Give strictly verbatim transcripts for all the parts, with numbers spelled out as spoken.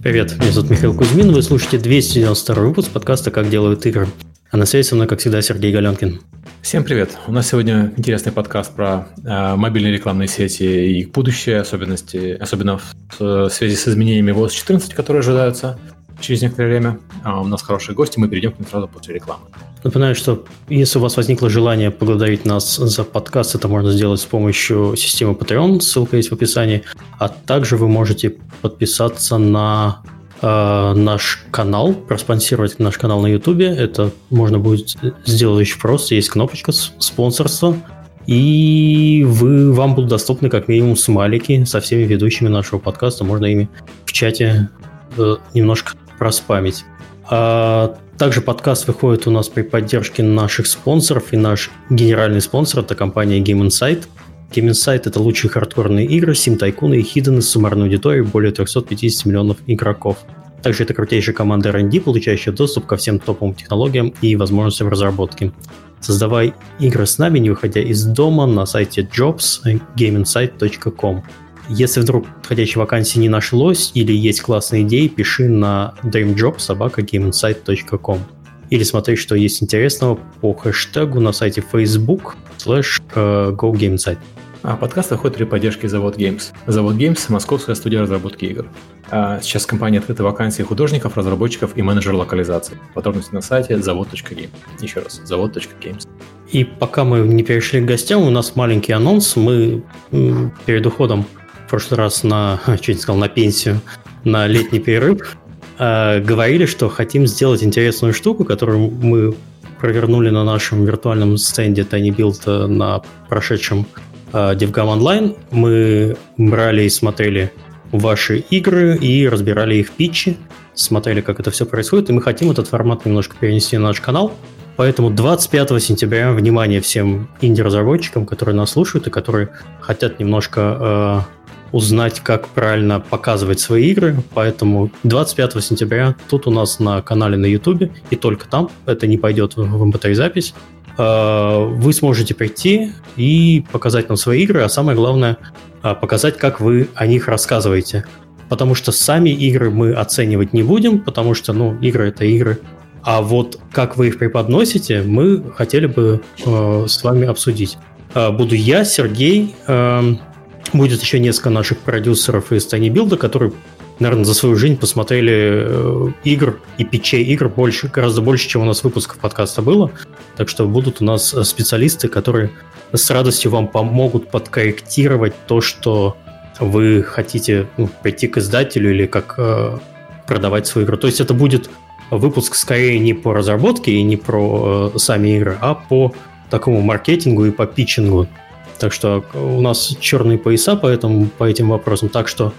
Привет, меня зовут Михаил Кузьмин, вы слушаете двести девяносто второй выпуск подкаста «Как делают игры». А на связи со мной, как всегда, Сергей Галенкин. Всем привет. У нас сегодня интересный подкаст про э, мобильные рекламные сети и их будущее, особенности, особенно в, в связи с изменениями в ай о эс четырнадцать, которые ожидаются через некоторое время. А у нас хорошие гости, мы перейдем к ним сразу после рекламы. Напоминаю, что если у вас возникло желание поблагодарить нас за подкаст, это можно сделать с помощью системы Patreon, ссылка есть в описании, а также вы можете подписаться на э, наш канал, проспонсировать наш канал на YouTube. Это можно будет сделать очень просто, есть кнопочка спонсорства, и вы, вам будут доступны как минимум смайлики со всеми ведущими нашего подкаста, можно ими в чате э, немножко проспамить. А также подкаст выходит у нас при поддержке наших спонсоров, и наш генеральный спонсор – это компания Game Insight. Game Insight – это лучшие хардкорные игры, сим-тайкуны и хиддены с суммарной аудиторией более триста пятьдесят миллионов игроков. Также это крутейшая команда ар энд ди, получающая доступ ко всем топовым технологиям и возможностям разработки. Создавай игры с нами, не выходя из дома, на сайте jobs точка gameinsight точка com. Если вдруг подходящей вакансии не нашлось или есть классные идеи, пиши на dreamjob собака gameinsight точка com или смотри, что есть интересного по хэштегу на сайте Facebook slash gogameinsight. А подкаст выходит при поддержке Завод Games. Завод Games – московская студия разработки игр. А сейчас в компании открыты вакансии художников, разработчиков и менеджер локализации. Подробности на сайте завод точка гейм. Еще раз, завод точка геймс. И пока мы не перешли к гостям, у нас маленький анонс. Мы перед уходом в прошлый раз на, чуть не сказал, на пенсию, на летний перерыв, э, говорили, что хотим сделать интересную штуку, которую мы провернули на нашем виртуальном стенде TinyBuild на прошедшем э, DevGam Online. Мы брали и смотрели ваши игры и разбирали их питчи, смотрели, как это все происходит, и мы хотим этот формат немножко перенести на наш канал. Поэтому двадцать пятого сентября, внимание всем инди-разработчикам, которые нас слушают и которые хотят немножко... Э, узнать, как правильно показывать свои игры, поэтому двадцать пятого сентября тут у нас на канале на YouTube, и только там, это не пойдет в эм пэ три запись, вы сможете прийти и показать нам свои игры, а самое главное, показать, как вы о них рассказываете, потому что сами игры мы оценивать не будем, потому что, ну, игры — это игры, а вот как вы их преподносите, мы хотели бы с вами обсудить. Буду я, Сергей, будет еще несколько наших продюсеров из TinyBuild, которые, наверное, за свою жизнь посмотрели э, игр и питчей игр больше, гораздо больше, чем у нас выпусков подкаста было. Так что будут у нас специалисты, которые с радостью вам помогут подкорректировать то, что вы хотите, ну, прийти к издателю или как э, продавать свою игру. То есть это будет выпуск скорее не по разработке и не про э, сами игры, а по такому маркетингу и по питчингу. Так что у нас черные пояса по, этому, по этим вопросам. Так что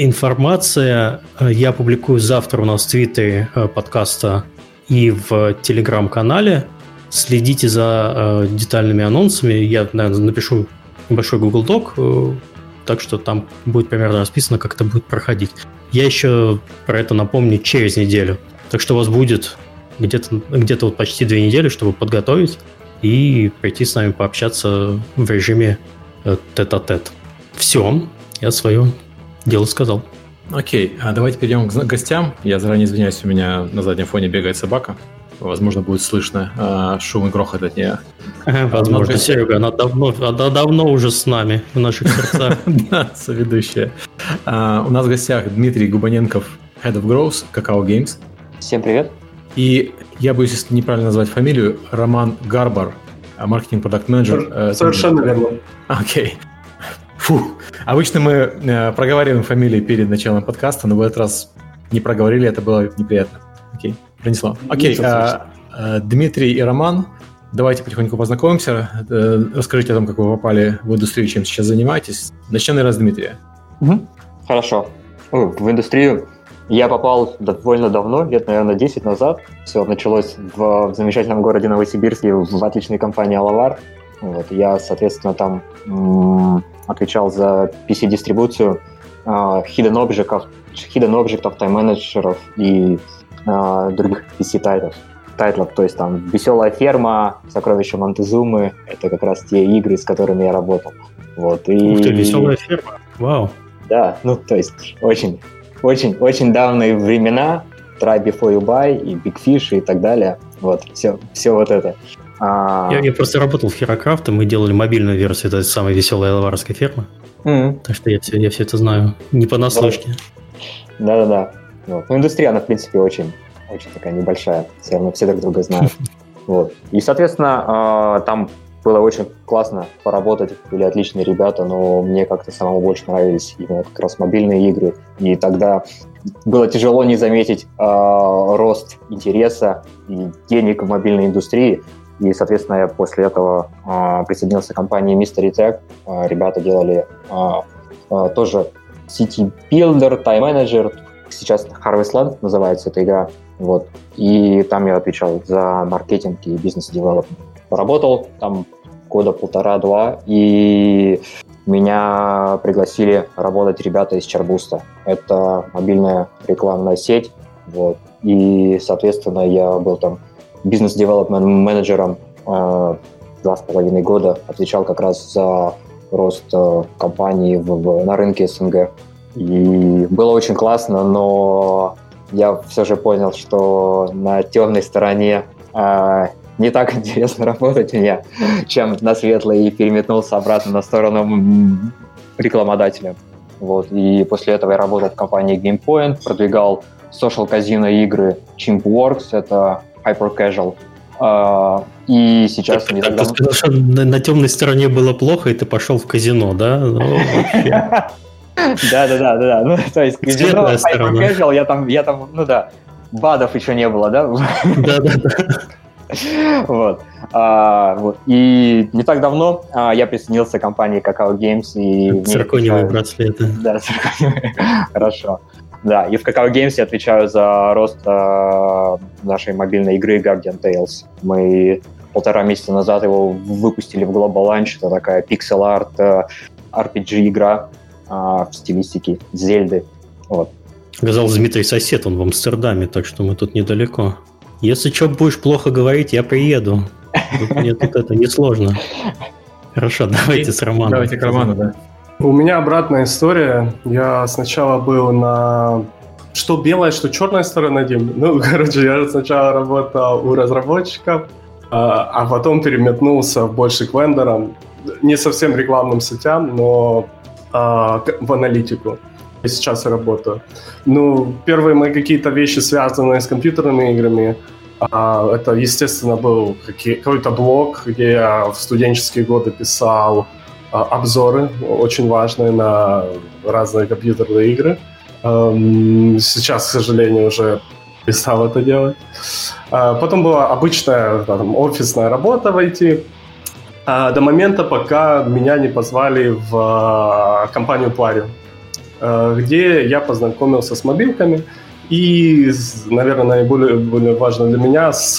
информация я публикую завтра у нас в Твиттере подкаста и в Телеграм-канале. Следите за э, детальными анонсами. Я, наверное, напишу небольшой Google Doc, э, так что там будет примерно расписано, как это будет проходить. Я еще про это напомню через неделю. Так что у вас будет где-то, где-то вот почти две недели, чтобы подготовить и прийти с нами пообщаться в режиме э, тет-а-тет. Все, я свое дело сказал. Окей, а давайте перейдем к гостям. Я заранее извиняюсь, у меня на заднем фоне бегает собака. Возможно, будет слышно а, шум и грохот от нее. Возможно, Серега, она давно, она давно уже с нами, в наших сердцах. Да, соведущая. У нас в гостях Дмитрий Губаненков, Head of Growth, Kakao Games. Всем привет. И я боюсь, если неправильно назвать фамилию, Роман Гарбар, маркетинг-продакт-менеджер. Совершенно верно. Окей. Фу. Обычно мы э, проговариваем фамилии перед началом подкаста, но в этот раз не проговорили, это было неприятно. Окей, пронесло. Окей, а, а, Дмитрий и Роман, давайте потихоньку познакомимся. Э, расскажите о том, как вы попали в индустрию, чем сейчас занимаетесь. Начнем, наверное, с Дмитрия. Угу. Хорошо. В индустрию я попал довольно давно, лет, наверное, десять назад. Все началось в, в замечательном городе Новосибирске, в отличной компании Alavar. Вот, я, соответственно, там м- отвечал за пи си-дистрибуцию э, hidden objectов, hidden objectов, тайм-менеджеров и э, других пи си-тайтлов. Тайтлов, то есть там «Веселая ферма», «Сокровища Монтезумы» — это как раз те игры, с которыми я работал. Вот, и... Ух ты, «Веселая ферма», вау. Да, ну, то есть очень очень, очень давние времена, Try Before You Buy и Big Fish и так далее. Вот, все, все вот это. А... Я, я просто работал в Hero Craft, и мы делали мобильную версию этой самой веселой лаварской фермы. Mm-hmm. Так что я все, я все это знаю. Не понаслышке. Да-да-да. Вот. Ну, индустрия, она, в принципе, очень, очень такая небольшая. Все равно все друг друга знают. Вот. И, соответственно, там было очень классно поработать, были отличные ребята, но мне как-то самому больше нравились именно как раз мобильные игры. И тогда было тяжело не заметить э, рост интереса и денег в мобильной индустрии. И, соответственно, я после этого э, присоединился к компании Mystery Tech. Э, ребята делали э, э, тоже City Builder, Time Manager. Сейчас Harvest Land называется эта игра. Вот. И там я отвечал за маркетинг и бизнес-девелопмент. Поработал там года полтора-два, и меня пригласили работать ребята из Chartboost. Это мобильная рекламная сеть. Вот. И, соответственно, я был там бизнес-девелопмент менеджером э, два с половиной года, отвечал как раз за рост э, компании в, в, на рынке СНГ. И было очень классно, но я все же понял, что на темной стороне э, не так интересно работать мне, чем на светлой, и переметнулся обратно на сторону рекламодателя. Вот. И после этого я работал в компании GamePoint, продвигал social-казино игры Chimpworks, это hyper-casual. Uh, и сейчас... Ты, ты сказал, что на, на темной стороне было плохо, и ты пошел в казино, да? Да-да-да, да. Ну, то есть казино, hyper-casual, я там, я там, ну да, БАДов еще не было, да? Да-да-да. Вот. А, вот. И не так давно а, я присоединился к компании Kakao Games. И циркониевые браслеты. Да, циркониевые. Хорошо. Да, и в Kakao Games я отвечаю за рост а, нашей мобильной игры Guardian Tales. Мы полтора месяца назад его выпустили в Global Launch. Это такая пиксель-арт ар пи джи-игра а, в стилистике Зельды. Вот. Казалось, Дмитрий сосед, он в Амстердаме, так что мы тут недалеко. Если что будешь плохо говорить, я приеду. Мне тут это несложно. Хорошо, давайте с Романом. Давайте к Роману, да. У меня обратная история. Я сначала был на что белая, что черная сторона Земли. Ну, короче, я сначала работал у разработчиков, а потом переметнулся больше к вендорам. Не совсем рекламным сетям, но в аналитику. Я сейчас работаю. Ну, первые мои какие-то вещи, связанные с компьютерными играми, а, это, естественно, был какой-то блог, где я в студенческие годы писал а, обзоры, очень важные на разные компьютерные игры. А, сейчас, к сожалению, уже перестал это делать. А, потом была обычная там, офисная работа в ай ти, а, до момента, пока меня не позвали в а, компанию Plarium, где я познакомился с мобилками и, наверное, наиболее более важно для меня, с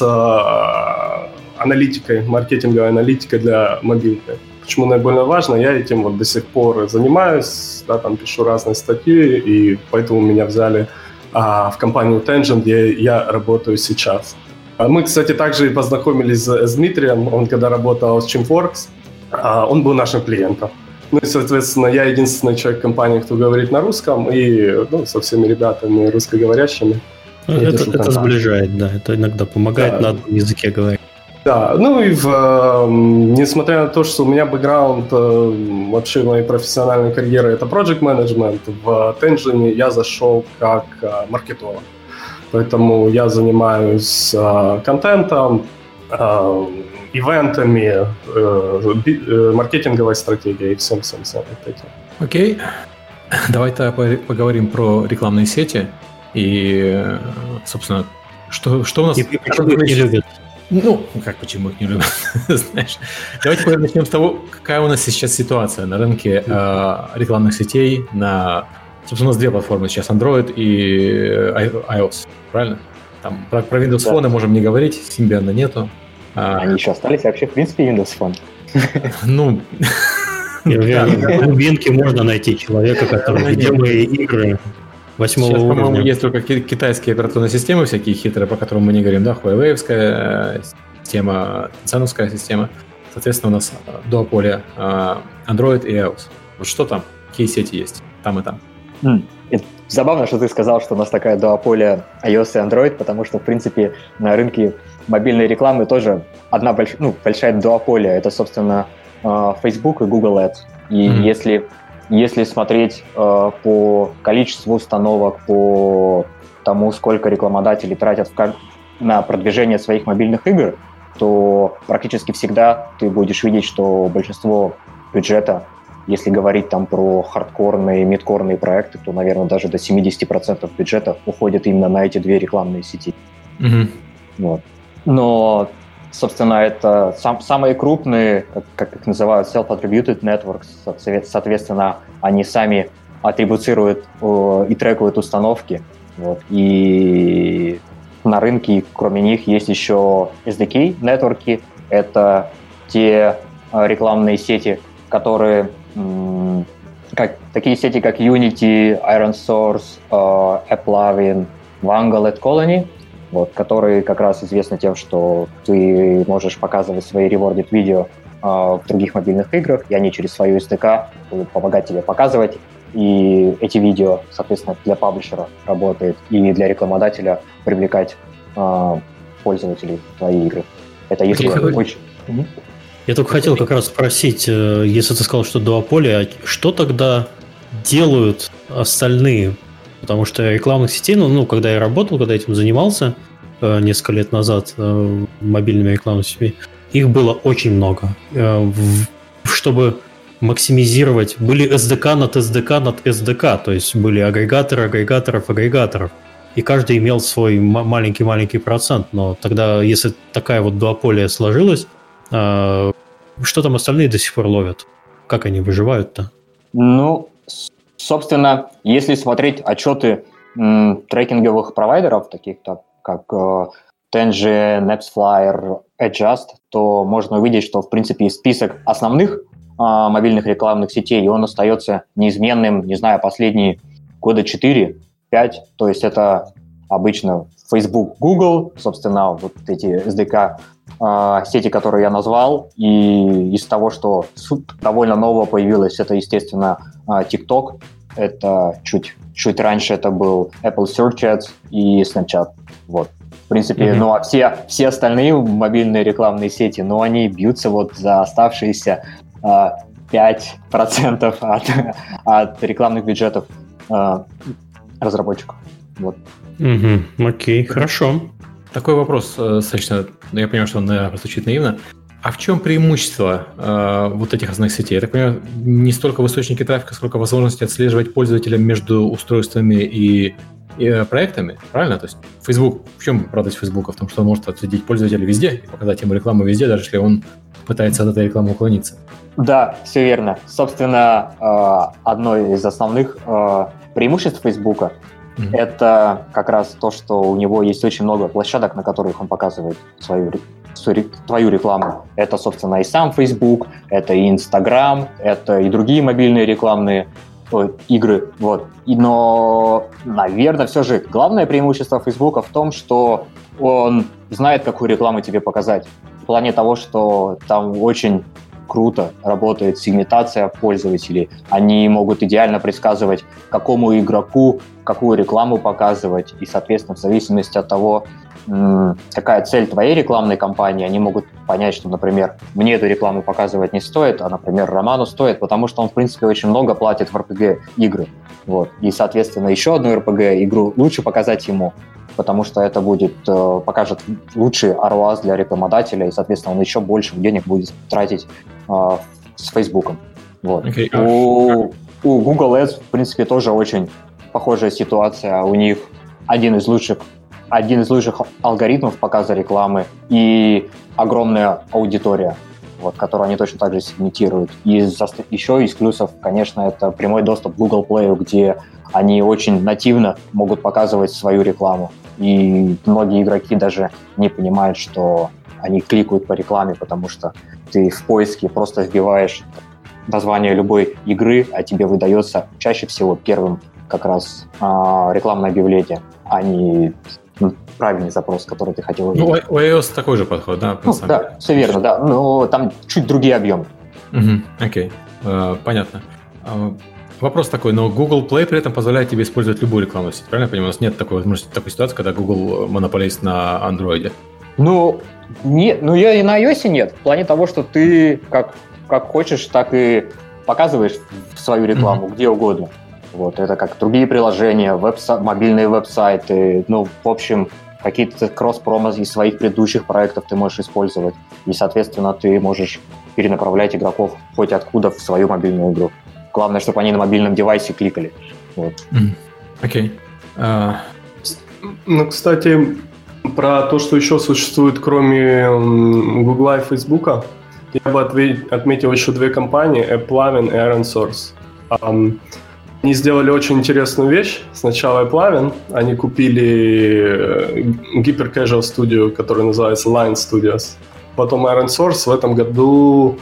аналитикой, маркетинговой аналитикой для мобилки. Почему наиболее важно? Я этим вот до сих пор занимаюсь, да, там пишу разные статьи, и поэтому меня взяли а, в компанию Tangent, где я работаю сейчас. Мы, кстати, также и познакомились с Дмитрием, он когда работал с Chimpworks, а, он был нашим клиентом. Ну и, соответственно, я единственный человек в компании, кто говорит на русском, и ну, со всеми ребятами русскоговорящими. Это, это сближает, да, это иногда помогает, да, на одном языке говорить. Да, ну и в, э, несмотря на то, что у меня бэкграунд э, вообще моей профессиональной карьеры это project management, в Tengen я зашел как э, маркетолог. Поэтому я занимаюсь э, контентом, э, ивентами, э, би, э, маркетинговой стратегией и всем-всем-всем этим. Окей. Давай-то поговорим про рекламные сети и, собственно, что, что у нас... И почему их не любят? Ну, как почему их не любят, знаешь. Давайте начнем с того, какая у нас сейчас ситуация на рынке э, рекламных сетей на... Собственно, у нас две платформы сейчас, Android и iOS, правильно? Там про, про Windows Phone да. можем не говорить, Symbian нету. Они еще остались вообще, в принципе, Windows Phone. Ну... В глубинке можно найти человека, который видимые игры восьмого Сейчас, уровня. по-моему, есть только китайские операционные системы всякие хитрые, по которым мы не говорим, да, Huawei-овская система, Tencent-овская система. Соответственно, у нас дуополе Android и iOS. Вот что там? Какие сети есть? Там и там. Mm. забавно, что ты сказал, что у нас такая дуополия iOS и Android, потому что, в принципе, на рынке мобильной рекламы тоже одна больш... ну, большая дуополия. Это, собственно, Facebook и Google Ads. И mm-hmm. если, если смотреть э, по количеству установок, по тому, сколько рекламодателей тратят в кар... на продвижение своих мобильных игр, то практически всегда ты будешь видеть, что большинство бюджета, если говорить там про хардкорные, мидкорные проекты, то, наверное, даже до семьдесят процентов бюджета уходит именно на эти две рекламные сети. Mm-hmm. Вот. Но, собственно, это сам, самые крупные, как, как их называют, self-attributed networks, соответственно, они сами атрибуцируют э, и трекают установки. Вот. И на рынке, кроме них, есть еще эс ди кей-нетворки. Это те э, рекламные сети, которые, м- как, такие сети, как Unity, ironSource, э, AppLovin, Wangle, AdColony, вот, которые как раз известны тем, что ты можешь показывать свои rewarded видео э, в других мобильных играх, и они через свою эс ди кей будут помогать тебе показывать. И эти видео, соответственно, для паблишера работает, и для рекламодателя привлекать э, пользователей в твои игры. Это если okay. очень... Mm-hmm. Я только хотел как раз спросить, если ты сказал, что дуополия, что тогда делают остальные? Потому что рекламных сетей, ну, ну, когда я работал, когда этим занимался э, несколько лет назад э, мобильными рекламными сетями, их было очень много. Э, в, чтобы максимизировать, были эс ди кей над эс ди кей над эс ди кей, то есть были агрегаторы, агрегаторов, агрегаторов. И каждый имел свой маленький-маленький процент. Но тогда, если такая вот дуополия сложилась, э, что там остальные до сих пор ловят? Как они выживают-то? Ну, собственно, если смотреть отчеты м, трекинговых провайдеров, таких как э, Tenji, Napsflyer, Adjust, то можно увидеть, что, в принципе, список основных э, мобильных рекламных сетей, и он остается неизменным, не знаю, последние года четыре-пять. То есть это обычно Facebook, Google, собственно, вот эти эс ди кей э, сети, которые я назвал, и из того, что довольно нового появилось, это, естественно, TikTok, это чуть, чуть раньше это был Apple Search Ads и Snapchat. Вот. В принципе, mm-hmm. ну а все, все остальные мобильные рекламные сети, ну они бьются вот за оставшиеся э, пять процентов от, от рекламных бюджетов э, разработчиков. Вот. Mm-hmm. Окей, хорошо. Такой вопрос, достаточно, я понимаю, что он, наверное, звучит наивно. А в чем преимущество э, вот этих основных сетей? Я так понимаю, не столько в источнике трафика, сколько возможности отслеживать пользователя между устройствами и, и э, проектами, правильно? То есть Facebook, в чем радость Facebook? В том, что он может отследить пользователя везде и показать ему рекламу везде, даже если он пытается от этой рекламы уклониться. Да, все верно. Собственно, э, одно из основных э, преимуществ Facebook mm-hmm. это как раз то, что у него есть очень много площадок, на которых он показывает свою рекламу. твою рекламу. Это, собственно, и сам Facebook, это и Instagram, это и другие мобильные рекламные э, игры. Вот. И, но, наверное, все же главное преимущество Facebook в том, что он знает, какую рекламу тебе показать. В плане того, что там очень круто работает сегментация пользователей. Они могут идеально предсказывать, какому игроку какую рекламу показывать. И, соответственно, в зависимости от того, какая цель твоей рекламной кампании, они могут понять, что, например, мне эту рекламу показывать не стоит, а, например, Роману стоит, потому что он, в принципе, очень много платит в эр пи джи-игры. Вот. И, соответственно, еще одну эр пи джи-игру лучше показать ему, потому что это будет, э, покажет лучший ар о эй для рекламодателя, и, соответственно, он еще больше денег будет тратить э, с Фейсбуком. Вот. Okay. У, у Google Ads, в принципе, тоже очень похожая ситуация. У них один из лучших один из лучших алгоритмов показа рекламы и огромная аудитория, вот, которую они точно так же сегментируют. И еще из плюсов, конечно, это прямой доступ к Google Play, где они очень нативно могут показывать свою рекламу. И многие игроки даже не понимают, что они кликают по рекламе, потому что ты в поиске просто вбиваешь название любой игры, а тебе выдается чаще всего первым как раз а, рекламное объявление, а не правильный запрос, который ты хотел увидеть. Ну, у iOS такой же подход, да? Ну, да, деле. Все верно, да, но там чуть другие объемы. Угу, окей, uh, понятно. Uh, Вопрос такой, но Google Play при этом позволяет тебе использовать любую рекламную сеть, правильно я понимаю? У нас нет такой возможности, такой ситуации, когда Google монополист на Android. Ну, нет, ну я и на iOS нет. В плане того, что ты как, как хочешь, так и показываешь свою рекламу mm-hmm. где угодно. Вот, это как другие приложения, веб-са- мобильные веб-сайты, ну, в общем, какие-то кросс-промо из своих предыдущих проектов ты можешь использовать. И, соответственно, ты можешь перенаправлять игроков хоть откуда в свою мобильную игру. Главное, чтобы они на мобильном девайсе кликали. Вот. Окей. Okay. Uh... Ну, кстати, про то, что еще существует, кроме Гугла и Фейсбука, я бы отметил еще две компании, AppLovin и ironSource. Um, они сделали очень интересную вещь. Сначала AppLovin, они купили Hyper Casual студию, которая называется Line Studios. Потом ironSource в этом году,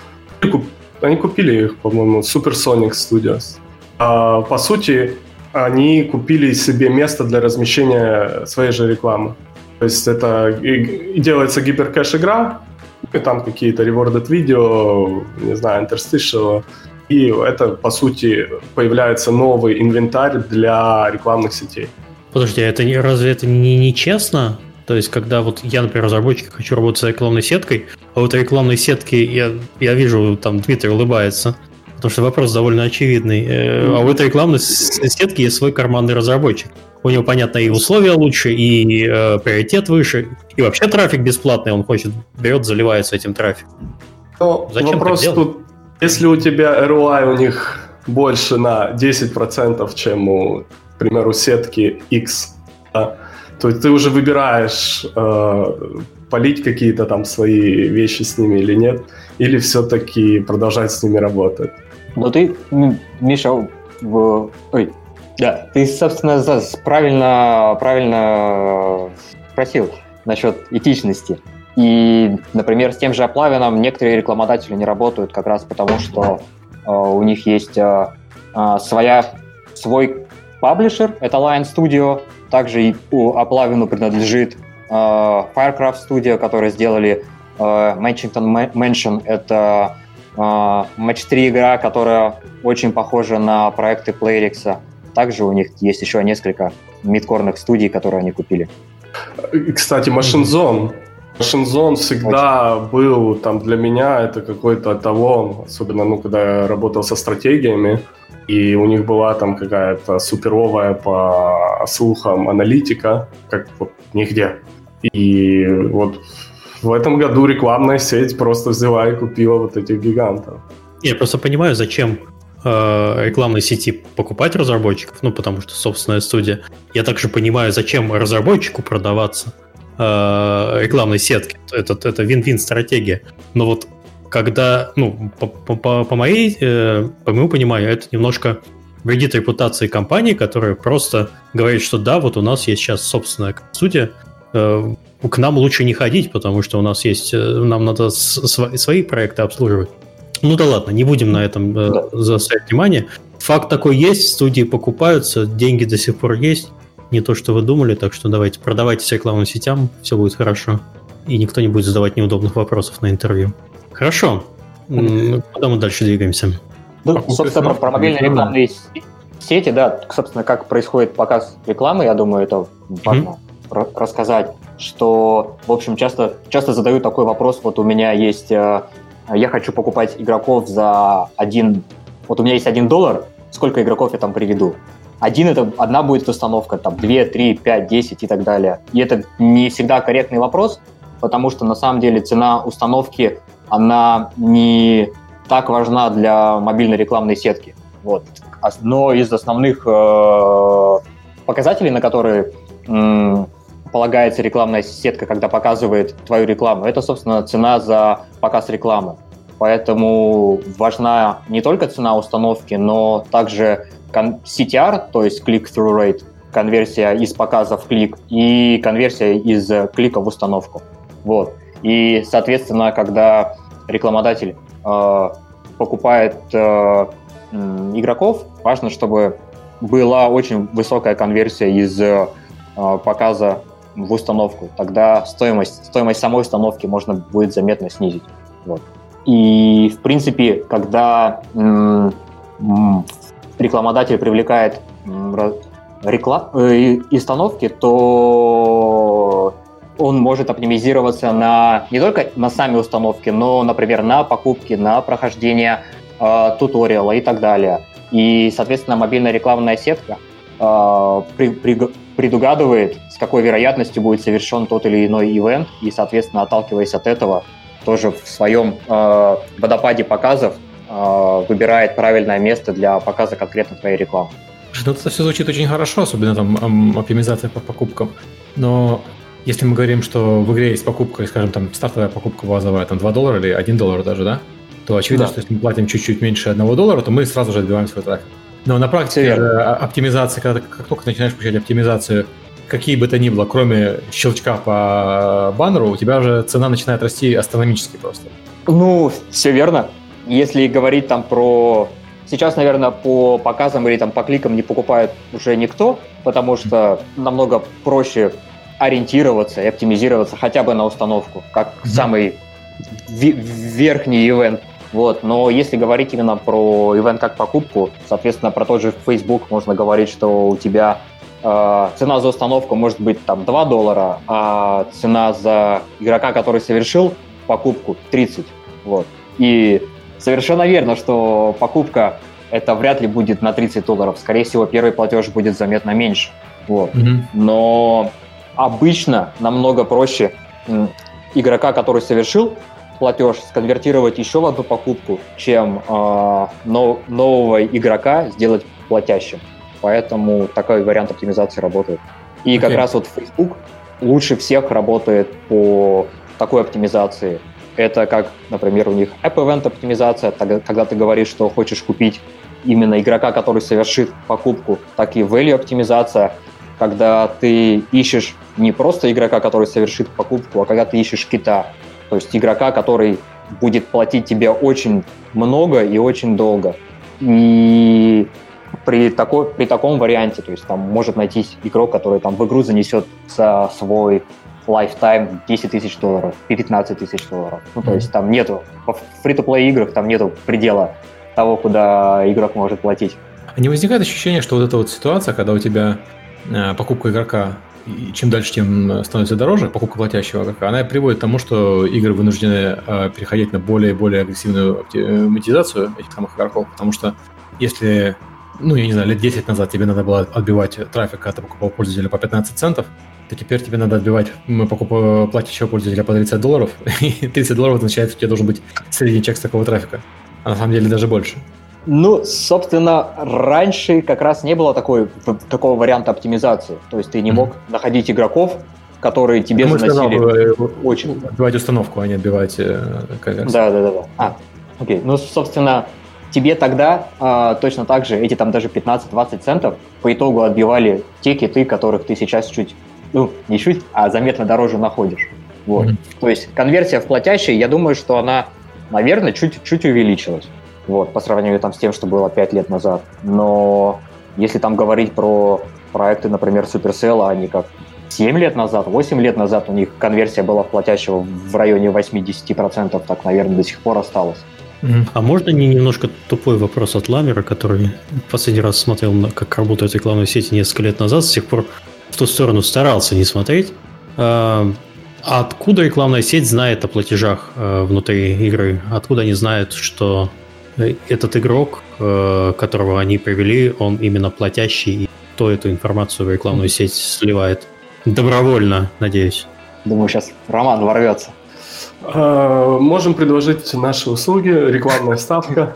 они купили их, по-моему, Supersonic Studios. А, по сути, они купили себе место для размещения своей же рекламы. То есть это и делается гиперкэш игра, и там какие-то rewarded видео, не знаю, interstitial, и это, по сути, появляется новый инвентарь для рекламных сетей. Подожди, это не, разве это не нечестно? То есть, когда вот я, например, разработчик, хочу работать с рекламной сеткой, а у этой рекламной сетки, я, я вижу, там Дмитрий улыбается, потому что вопрос довольно очевидный, mm-hmm. а у этой рекламной сетки есть свой карманный разработчик. У него, понятно, и условия лучше, и э, приоритет выше, и вообще трафик бесплатный, он хочет, берет, заливается этим трафиком. Но зачем вопрос тут, если у тебя эр о ай у них больше на десять процентов, чем у, к примеру, сетки X, да, то ты уже выбираешь, э, полить какие-то там свои вещи с ними или нет, или все-таки продолжать с ними работать. Ну ты, Миша, в... ой, да, ты, собственно, правильно, правильно спросил насчет этичности. И, например, с тем же AppLovin некоторые рекламодатели не работают как раз потому, что э, у них есть э, э, своя, свой паблишер, это Line Studio. Также и у AppLovin принадлежит э, Firecraft Studio, которые сделали э, Matchington Mansion. Это э, матч три игра, которая очень похожа на проекты Playrix. Также у них есть еще несколько мидкорных студий, которые они купили. Кстати, Machine Zone. Machine Zone всегда очень. Был там для меня, это какой-то эталон, особенно ну, когда я работал со стратегиями, и у них была там какая-то суперовая по слухам аналитика, как вот нигде. И вот в этом году рекламная сеть просто взяла и купила вот этих гигантов. Я просто понимаю, зачем э, рекламной сети покупать разработчиков, ну, потому что собственная студия. Я также понимаю, зачем разработчику продаваться э, рекламной сетке. Это, это вин-вин стратегия. Но вот когда, ну, по, по, по, моей, э, по моему пониманию, это немножко вредит репутации компании, которая просто говорит, что да, вот у нас есть сейчас собственная студия, э, к нам лучше не ходить, потому что у нас есть, нам надо с, свои проекты обслуживать. Ну да ладно, не будем на этом э, да. заострять внимание. Факт такой есть, студии покупаются, деньги до сих пор есть, не то, что вы думали, так что давайте продавайтесь рекламным сетям, все будет хорошо, и никто не будет задавать неудобных вопросов на интервью. Хорошо, mm-hmm. куда мы дальше двигаемся? Ну, а, собственно, про, про мобильные рекламные сети, да, собственно, как происходит показ рекламы, я думаю, это важно mm-hmm. рассказать, что, в общем, часто, часто задают такой вопрос, вот у меня есть... Я хочу покупать игроков за один... Вот у меня есть один доллар, сколько игроков я там приведу? Один это, одна будет установка, там, две, три, пять, десять и так далее. И это не всегда корректный вопрос, потому что, на самом деле, цена установки, она не так важна для мобильной рекламной сетки. Вот. Но из основных э, показателей, на которые э, полагается рекламная сетка, когда показывает твою рекламу, это, собственно, цена за показ рекламы. Поэтому важна не только цена установки, но также си ти ар, то есть click-through rate, конверсия из показа в клик, и конверсия из клика в установку. Вот. И, соответственно, когда рекламодатель э, покупает э, э, игроков, важно, чтобы была очень высокая конверсия из э, показа в установку. Тогда стоимость, стоимость самой установки можно будет заметно снизить. Вот. И, в принципе, когда м- м- рекламодатель привлекает реклам... и установки, то он может оптимизироваться на не только на сами установки, но, например, на покупки, на прохождение э, туториала и так далее. И, соответственно, мобильная рекламная сетка э, при, при, предугадывает, с какой вероятностью будет совершен тот или иной ивент, и, соответственно, отталкиваясь от этого, тоже в своем э, водопаде показов э, выбирает правильное место для показа конкретно твоей рекламы. Ну, это все звучит очень хорошо, особенно там оптимизация по покупкам. Но если мы говорим, что в игре есть покупка, скажем, там стартовая покупка базовая, там два доллара или один доллар даже, да, то очевидно, да. что если мы платим чуть-чуть меньше одного доллара, то мы сразу же отбиваем свой трафик. Но на практике оптимизация, когда как только ты начинаешь включать оптимизацию, какие бы то ни было, кроме щелчка по баннеру, у тебя уже цена начинает расти астрономически просто. Ну, все верно. Если говорить там про... Сейчас, наверное, по показам или там по кликам не покупает уже никто, потому что намного проще ориентироваться и оптимизироваться хотя бы на установку, как mm-hmm. самый ви- верхний ивент. Вот. Но если говорить именно про ивент как покупку, соответственно, про тот же Facebook можно говорить, что у тебя э, цена за установку может быть там два доллара, а цена за игрока, который совершил покупку, тридцать. Вот. И совершенно верно, что покупка это вряд ли будет на тридцать долларов. Скорее всего, первый платеж будет заметно меньше. Вот. Mm-hmm. Но обычно намного проще м, игрока, который совершил платеж, сконвертировать еще в одну покупку, чем э, нов- нового игрока сделать платящим. Поэтому такой вариант оптимизации работает. И okay. как раз вот Facebook лучше всех работает по такой оптимизации. Это как, например, у них App-Event оптимизация, когда ты говоришь, что хочешь купить именно игрока, который совершит покупку, так и Value оптимизация, когда ты ищешь не просто игрока, который совершит покупку, а когда ты ищешь кита, то есть игрока, который будет платить тебе очень много и очень долго. И при, такой, при таком варианте, то есть там может найтись игрок, который там в игру занесет за свой lifetime десять тысяч долларов, пятнадцать тысяч долларов. Ну, то есть там нету, в фри-то-плей играх там нету предела того, куда игрок может платить. А не возникает ощущение, что вот эта вот ситуация, когда у тебя э, покупка игрока, и чем дальше, тем становится дороже, покупка платящего игрока, она приводит к тому, что игры вынуждены э, переходить на более и более агрессивную монетизацию этих самых игроков, потому что если, ну, я не знаю, лет десять назад тебе надо было отбивать трафик, когда ты покупал пользователя по пятнадцать центов, то теперь тебе надо отбивать покупку платящего пользователя по тридцать долларов, и тридцать долларов означает, что у тебя должен быть средний чек с такого трафика. А на самом деле даже больше. Ну, собственно, раньше как раз не было такой, такого варианта оптимизации. То есть ты не мог mm-hmm. находить игроков, которые тебе ну, заносили сказал, очень. Отбивать установку, а не отбивать э, конверсию. Да, да, да, да. А, окей. Ну, собственно, тебе тогда э, точно так же эти там даже пятнадцать-двадцать центов по итогу отбивали те киты, которых ты сейчас чуть, ну, не чуть, а заметно дороже находишь. Вот. Mm-hmm. То есть конверсия в платящие, я думаю, что она, наверное, чуть-чуть увеличилась. Вот, по сравнению там, с тем, что было пять лет назад. Но если там говорить про проекты, например, Supercell, они как семь лет назад, восемь лет назад у них конверсия была в платящего в районе восемьдесят процентов, так, наверное, до сих пор осталось. А можно не немножко тупой вопрос от Ламера, который последний раз смотрел, как работают рекламные сети несколько лет назад, с тех пор в ту сторону старался не смотреть. А откуда рекламная сеть знает о платежах внутри игры? Откуда они знают, что этот игрок, которого они привели, он именно платящий, и кто эту информацию в рекламную сеть сливает? Добровольно, надеюсь. Думаю, сейчас Роман ворвется. Можем предложить наши услуги, рекламная ставка.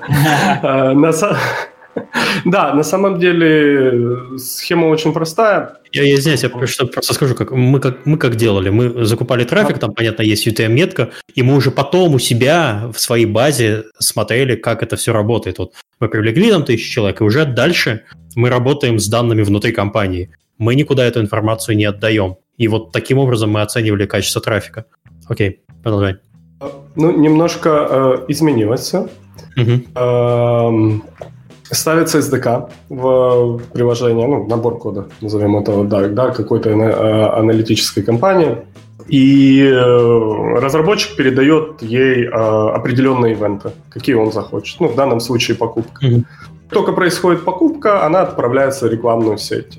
Да, на самом деле схема очень простая. Я, я извиняюсь, я просто, просто скажу, как мы, как мы как делали. Мы закупали трафик, там, понятно, есть ю ти эм-метка, и мы уже потом у себя в своей базе смотрели, как это все работает. Вот мы привлекли там тысячу человек, и уже дальше мы работаем с данными внутри компании. Мы никуда эту информацию не отдаем. И вот таким образом мы оценивали качество трафика. Окей, продолжай. Ну, немножко э, изменилось все. Угу. Э, ставится эс ди кей в приложение, ну, набор кода, назовем это, да, да, какой-то э, аналитической компании. и э, разработчик передает ей э, определенные ивенты, какие он захочет. Ну, в данном случае покупка. Mm-hmm. Только происходит покупка, она отправляется в рекламную сеть.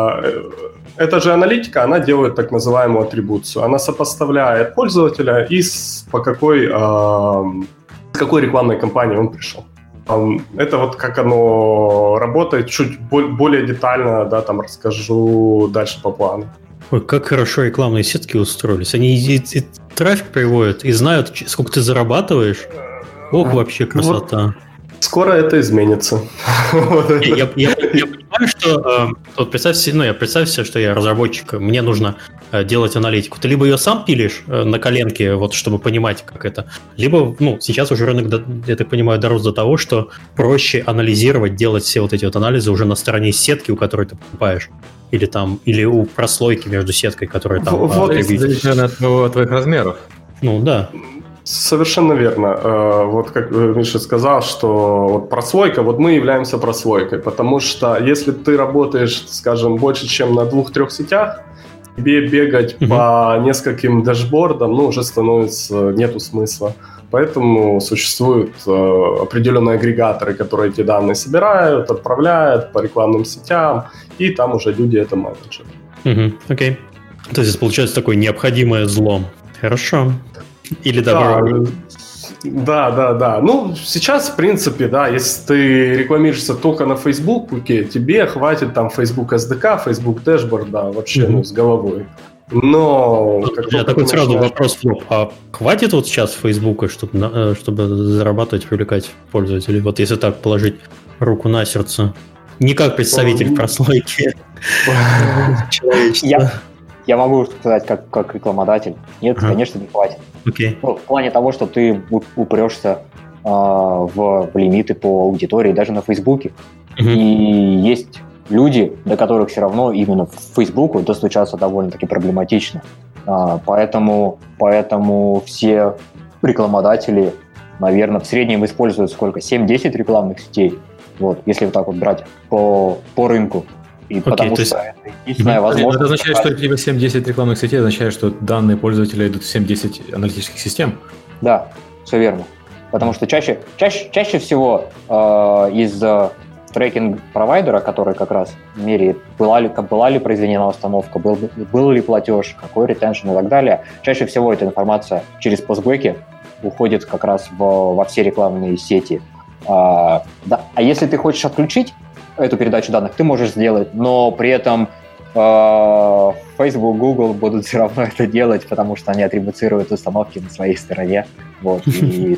Эта же аналитика, она делает так называемую атрибуцию. Она сопоставляет пользователя и с, по какой, с какой рекламной кампании он пришел. Это вот как оно работает, чуть более детально, да, там расскажу дальше по плану. Ой, как хорошо рекламные сетки устроились. Они и, и, и трафик приводят, и знают, сколько ты зарабатываешь. Ох, вообще красота. Вот. Скоро это изменится. Я, я, я, я понимаю, что э, вот представь себе, ну, я представь себе, что я разработчик, мне нужно э, делать аналитику. Ты либо ее сам пилишь э, на коленке, вот, чтобы понимать, как это, либо, ну, сейчас уже рынок, я так понимаю, дорос до того, что проще анализировать, делать все вот эти вот анализы уже на стороне сетки, у которой ты покупаешь. Или там, или у прослойки между сеткой, которая там... Вот, э, зависит от, от твоих размеров. Ну, да. Совершенно верно. Вот как Миша сказал, что вот прослойка, вот мы являемся прослойкой, потому что если ты работаешь, скажем, больше, чем на двух-трех сетях, тебе бегать mm-hmm. по нескольким дашбордам, ну, уже становится, нету смысла. Поэтому существуют определенные агрегаторы, которые эти данные собирают, отправляют по рекламным сетям, и там уже люди это менеджеры. Mm-hmm. Окей. То есть получается такое необходимое зло. Хорошо. Или добро. Да, да, да. Ну, сейчас, в принципе, да, если ты рекламируешься только на Фейсбуке, тебе хватит там Facebook эс ди кей, Facebook Dashboard, да, вообще, mm-hmm. ну, с головой. Но... Ну, как я такой сразу начинаешь... вопрос в лоб. А хватит вот сейчас Фейсбука, чтобы, чтобы зарабатывать, привлекать пользователей? Вот если так положить руку на сердце. Не как представитель прослойки человечества. Я могу сказать, как, как рекламодатель. Нет, ага. конечно, не хватит. Okay. Ну, в плане того, что ты упрешься э, в, в лимиты по аудитории даже на Фейсбуке. Uh-huh. И есть люди, до которых все равно именно в Фейсбуку достучаться довольно-таки проблематично. А, поэтому, поэтому все рекламодатели, наверное, в среднем используют сколько? семь-десять рекламных сетей. Вот, если вот так вот брать по, по рынку. И okay, потому что есть... это единственная mm-hmm. возможность. Это означает, что у тебя семь-десять рекламных сетей, означает, что данные пользователя идут в семь-десять аналитических систем? Да, все верно. Потому что чаще, чаще, чаще всего э, из э, трекинг-провайдера, который как раз меряет, была ли, была ли произведена установка, был, был ли платеж, какой ретеншн и так далее, чаще всего эта информация через постбэки уходит как раз в, во все рекламные сети. А, да. а если ты хочешь отключить эту передачу данных, ты можешь сделать, но при этом э, Facebook, Google будут все равно это делать, потому что они атрибуцируют установки на своей стороне. Вот, и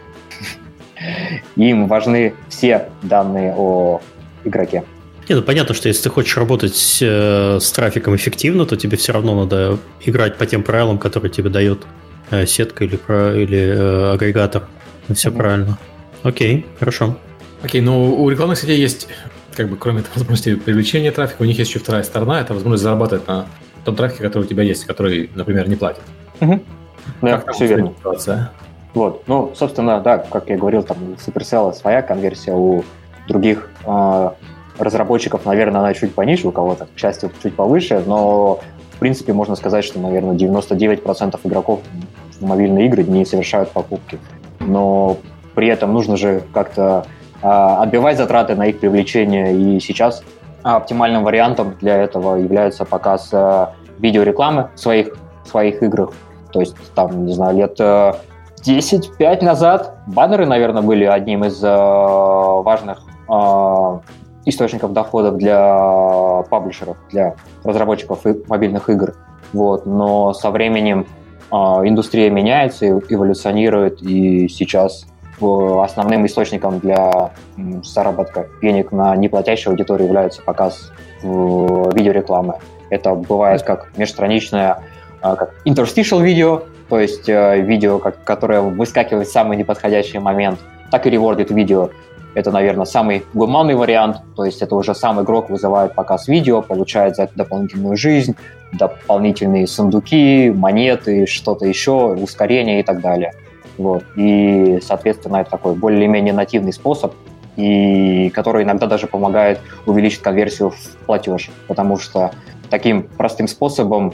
им важны все данные о игроке. Нет, ну понятно, что если ты хочешь работать с, с трафиком эффективно, то тебе все равно надо играть по тем правилам, которые тебе дает э, сетка или, или э, агрегатор. Все mm-hmm. правильно. Окей, хорошо. Окей, ну у рекламных сетей есть, как бы, кроме возможности привлечения трафика, у них есть еще вторая сторона, это возможность зарабатывать на том трафике, который у тебя есть, который, например, не платит. Угу. Да, как все верно. Ситуация? Вот, ну, собственно, да, как я говорил, там у Supercell своя конверсия, у других э, разработчиков, наверное, она чуть пониже, у кого-то, к счастью, чуть повыше, но, в принципе, можно сказать, что, наверное, девяносто девять процентов игроков в мобильные игры не совершают покупки. Но при этом нужно же как-то отбивать затраты на их привлечение, и сейчас оптимальным вариантом для этого является показ видеорекламы в своих, в своих играх. То есть, там, не знаю, лет десять-пять назад баннеры, наверное, были одним из важных источников доходов для паблишеров, для разработчиков мобильных игр. Вот. Но со временем индустрия меняется, эволюционирует, и сейчас основным источником для заработка денег на неплатящей аудитории является показ видеорекламы. Это бывает как межстраничное, как interstitial видео, то есть видео, которое выскакивает в самый неподходящий момент, так и rewarded видео. Это, наверное, самый гуманный вариант, то есть это уже сам игрок вызывает показ видео, получает за это дополнительную жизнь, дополнительные сундуки, монеты, что-то еще, ускорение и так далее. Вот. И, соответственно, это такой более-менее нативный способ, и который иногда даже помогает увеличить конверсию в платеж, потому что таким простым способом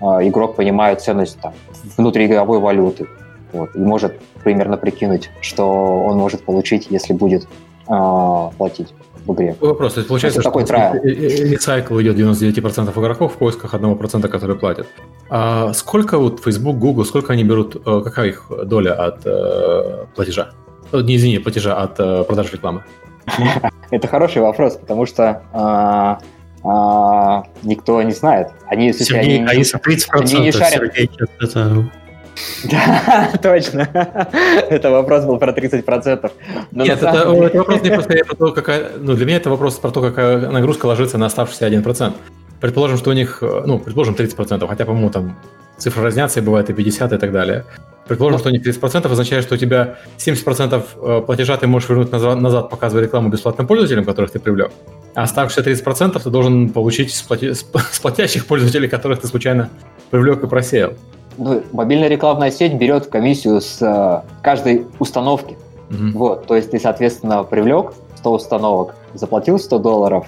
игрок понимает ценность там, внутриигровой валюты. Вот, и может примерно прикинуть, что он может получить, если будет э, платить в игре. Вопрос, то есть получается, это что такой ресайкл идет девяносто девять процентов игроков в поисках одного процента, который платит. А сколько вот Facebook, Google, сколько они берут, какая их доля от э, платежа? Не, извини, платежа от э, продаж рекламы? Это хороший вопрос, потому что э, э, никто не знает. Они, Сергей, они, а если тридцать процентов, они не шарят. Сергей, это... Да, точно. Это вопрос был про тридцать процентов. Но Нет, это, деле... это вопрос не просто про то, какая... Ну, для меня это вопрос про то, какая нагрузка ложится на оставшийся один процент. Предположим, что у них, ну, предположим, тридцать процентов, хотя, по-моему, там цифры разнятся, и бывает и пятьдесят и так далее. Предположим, что у них тридцать процентов означает, что у тебя семьдесят процентов платежа ты можешь вернуть назад, показывая рекламу бесплатным пользователям, которых ты привлек. А оставшиеся тридцать процентов ты должен получить с, плати... с платящих пользователей, которых ты случайно привлек и просеял. Ну, мобильная рекламная сеть берет комиссию с э, каждой установки. Mm-hmm. Вот, то есть ты, соответственно, привлек сто установок, заплатил сто долларов,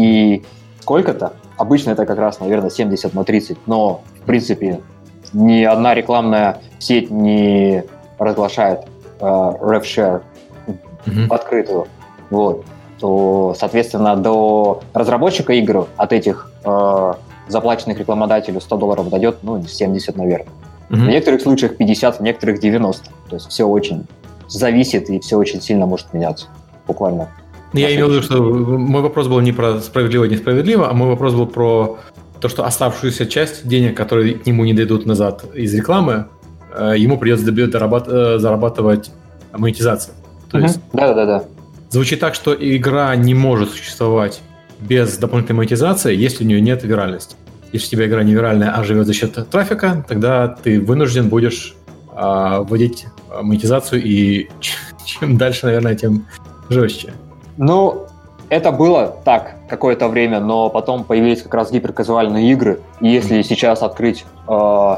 и сколько-то, обычно это как раз, наверное, семьдесят на тридцать, но, в принципе, ни одна рекламная сеть не разглашает э, RevShare mm-hmm. в открытую. Вот, то, соответственно, до разработчика игр от этих э, заплаченных рекламодателю сто долларов дойдет, ну, семьдесят, наверное. Mm-hmm. В некоторых случаях пятьдесят, в некоторых девяносто. То есть все очень зависит и все очень сильно может меняться. Буквально. Я имел в виду, что мой вопрос был не про справедливо и несправедливо, а мой вопрос был про то, что оставшуюся часть денег, которые к нему не дойдут назад из рекламы, ему придется зарабатывать монетизацию. То mm-hmm. есть да-да-да. Звучит так, что игра не может существовать без дополнительной монетизации, если у нее нет виральности. Если у тебя игра не виральная, а живет за счет трафика, тогда ты вынужден будешь а, вводить монетизацию, и чем дальше, наверное, тем жестче. Ну, это было так какое-то время, но потом появились как раз гиперказуальные игры, и если mm-hmm. сейчас открыть э,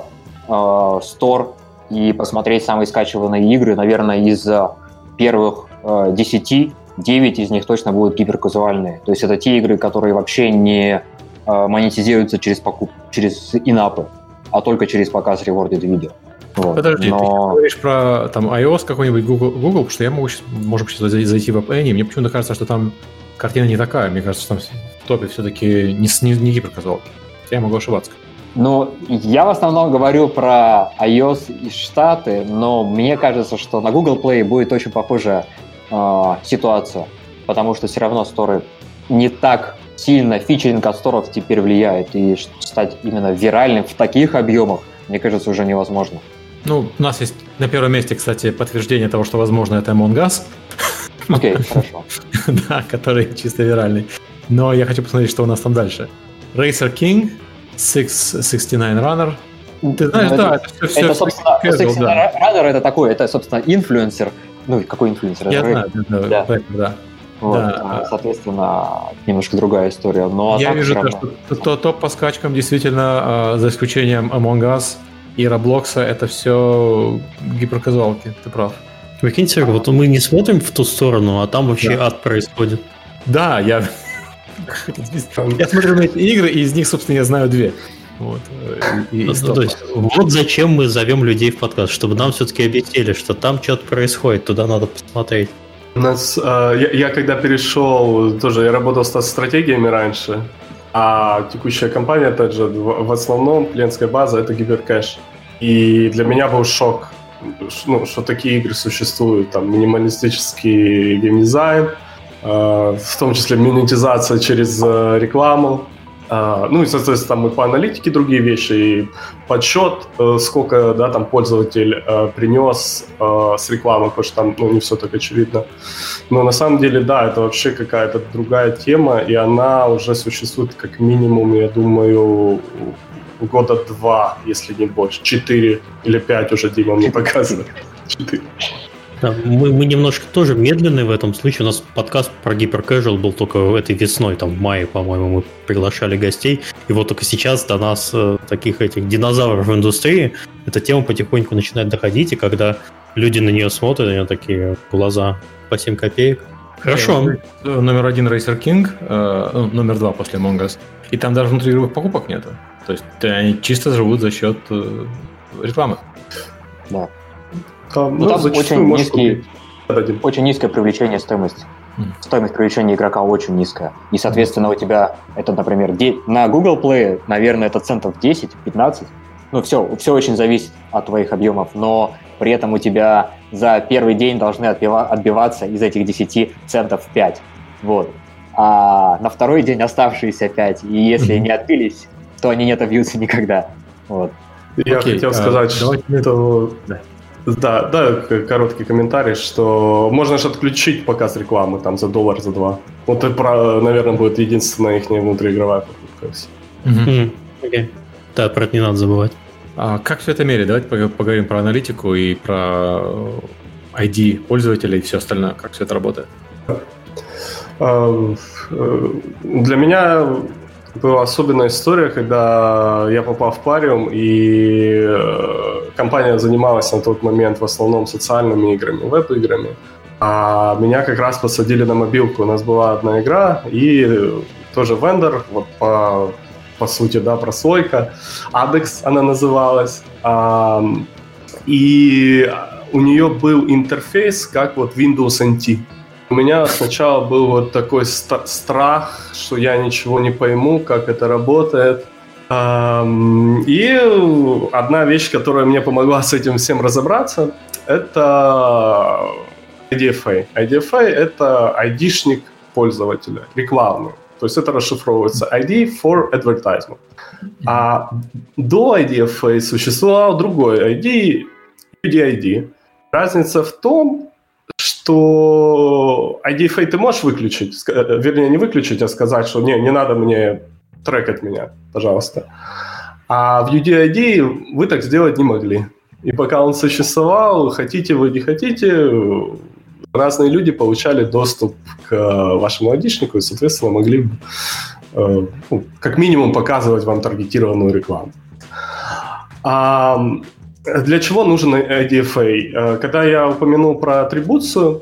э, Store и посмотреть самые скачиванные игры, наверное, из первых э, десяти девять из них точно будут гиперказуальные. То есть это те игры, которые вообще не э, монетизируются через покуп, через инапы, а только через показ rewarded видео. Вот. Подожди, Но... ты говоришь про там iOS какой-нибудь, Google, Google, потому что я могу, можем сейчас зайти в App Annie, мне почему-то кажется, что там картина не такая. Мне кажется, что там в топе все-таки не, не, не гиперказуалки. Я могу ошибаться. Ну, я в основном говорю про iOS и Штаты, но мне кажется, что на Google Play будет очень похожая э, ситуация, потому что все равно сторы не так сильно, фичеринг от сторов теперь влияет, и стать именно виральным в таких объемах, мне кажется, уже невозможно. Ну, у нас есть на первом месте, кстати, подтверждение того, что возможно, это Among Us. Окей, okay, хорошо. Да, который чисто виральный. Но я хочу посмотреть, что у нас там дальше. Racer King, шесть шестьдесят девять Runner. Ты знаешь, ну, да, это, это все... Это, собственно, шестьдесят девять да. Runner это такой, это, собственно, инфлюенсер. Ну, какой инфлюенсер? Я знаю, да, да, да. да. Вот, да. Соответственно, немножко другая история. Но я вижу, равно... что, что топ по скачкам действительно, за исключением Among Us и Roblox, это все гиперказуалки, ты прав. Прикинь, Серега, вот мы не смотрим в ту сторону, а там вообще да. ад происходит. Да, я... я смотрю на эти игры, и из них, собственно, я знаю две. Вот, и, и ну, то есть, вот зачем мы зовем людей в подкаст, чтобы нам все-таки объяснили, что там что-то происходит, туда надо посмотреть. У нас, э, я, я когда перешел, тоже я работал со стратегиями раньше, а текущая компания, опять же, в, в основном клиентская база — это гиперкэш. И для меня был шок, ну, что такие игры существуют, там минималистический геймдизайн, э, в том числе монетизация через э, рекламу. Uh, ну и, соответственно, там и по аналитике другие вещи, и подсчет, uh, сколько, да, там пользователь uh, принес uh, с рекламы, потому что там, ну, не все так очевидно. Но на самом деле, да, это вообще какая-то другая тема, и она уже существует как минимум, я думаю, года два, если не больше. Четыре или пять уже Дима мне показывает. Четыре. Да, мы, мы немножко тоже медленные в этом случае. У нас подкаст про гиперкэжуал был только этой весной, там в мае, по-моему, мы приглашали гостей. И вот только сейчас до нас, таких этих динозавров в индустрии, эта тема потихоньку начинает доходить, и когда люди на нее смотрят, у нее такие глаза по семь копеек. Хорошо. Номер один Racer King, номер два после Among Us. И там даже внутриигровых покупок нету. То есть они чисто живут за счет э, рекламы. Да. Там, ну, ну, там очень, низкий, купить. очень низкое привлечение стоимости. Mm. Стоимость привлечения игрока очень низкая. И, соответственно, у тебя это, например, де- на Google Play, наверное, это центов десять-пятнадцать. Ну, все, все очень зависит от твоих объемов, но при этом у тебя за первый день должны отбива- отбиваться из этих десяти центов пять. Вот. А на второй день оставшиеся пять. И если mm-hmm. не отбились, то они не отобьются никогда. Вот. Я okay, хотел сказать, uh, что... Да. Да, да, короткий комментарий, что можно же отключить показ рекламы там за доллар, за два. Вот это, наверное, будет единственная их внутриигровая покупка. Mm-hmm. Okay. Да, про это не надо забывать. А как все это меряет? Давайте поговорим про аналитику и про ай ди пользователя и все остальное. Как все это работает? Для меня была особенная история, когда я попал в Plarium, и компания занималась на тот момент в основном социальными играми, веб-играми. А меня как раз посадили на мобилку. У нас была одна игра, и тоже вендор, вот по, по сути, да, прослойка. Adex она называлась. И у нее был интерфейс, как вот Windows эн ти. У меня сначала был вот такой ст- страх, что я ничего не пойму, как это работает. Эм, и одна вещь, которая мне помогла с этим всем разобраться, это ай ди эф эй. ай ди эф эй — это айдишник пользователя, рекламный. То есть это расшифровывается ай ди for advertisement. А до ай ди эф эй существовал другой ай ди, ю ди ай ди. Разница в том, что ай ди эф эй ты можешь выключить, вернее, не выключить, а сказать, что не, не надо мне трекать меня, пожалуйста. А в ю ди ай ди вы так сделать не могли. И пока он существовал, хотите вы, не хотите, разные люди получали доступ к вашему айдишнику и, соответственно, могли э, ну, как минимум показывать вам таргетированную рекламу. А для чего нужен ай ди эф эй? Когда я упомянул про атрибуцию,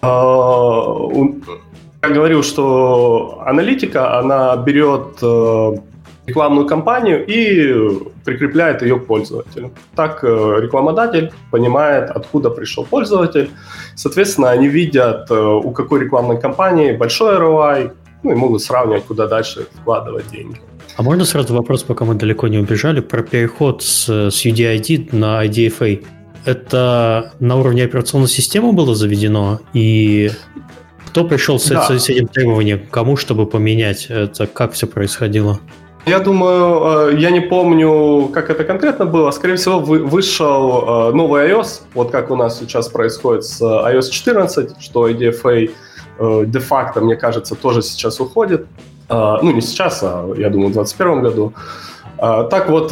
я говорил, что аналитика, она берет рекламную кампанию и прикрепляет ее к пользователю. Так рекламодатель понимает, откуда пришел пользователь. Соответственно, они видят, у какой рекламной кампании большой эр о ай, ну и могут сравнивать, куда дальше вкладывать деньги. А можно сразу вопрос, пока мы далеко не убежали, про переход с, с ю ди ай ди на ай ди эф эй? Это на уровне операционной системы было заведено? И кто пришел с, да. с этим требованием? Кому, чтобы поменять? Это как все происходило? Я думаю, я не помню, как это конкретно было. Скорее всего, вышел новый iOS, вот как у нас сейчас происходит с ай о эс четырнадцать, что ай ди эф эй де-факто, мне кажется, тоже сейчас уходит. Ну, не сейчас, а, я думаю, в двадцать первом году. Так вот,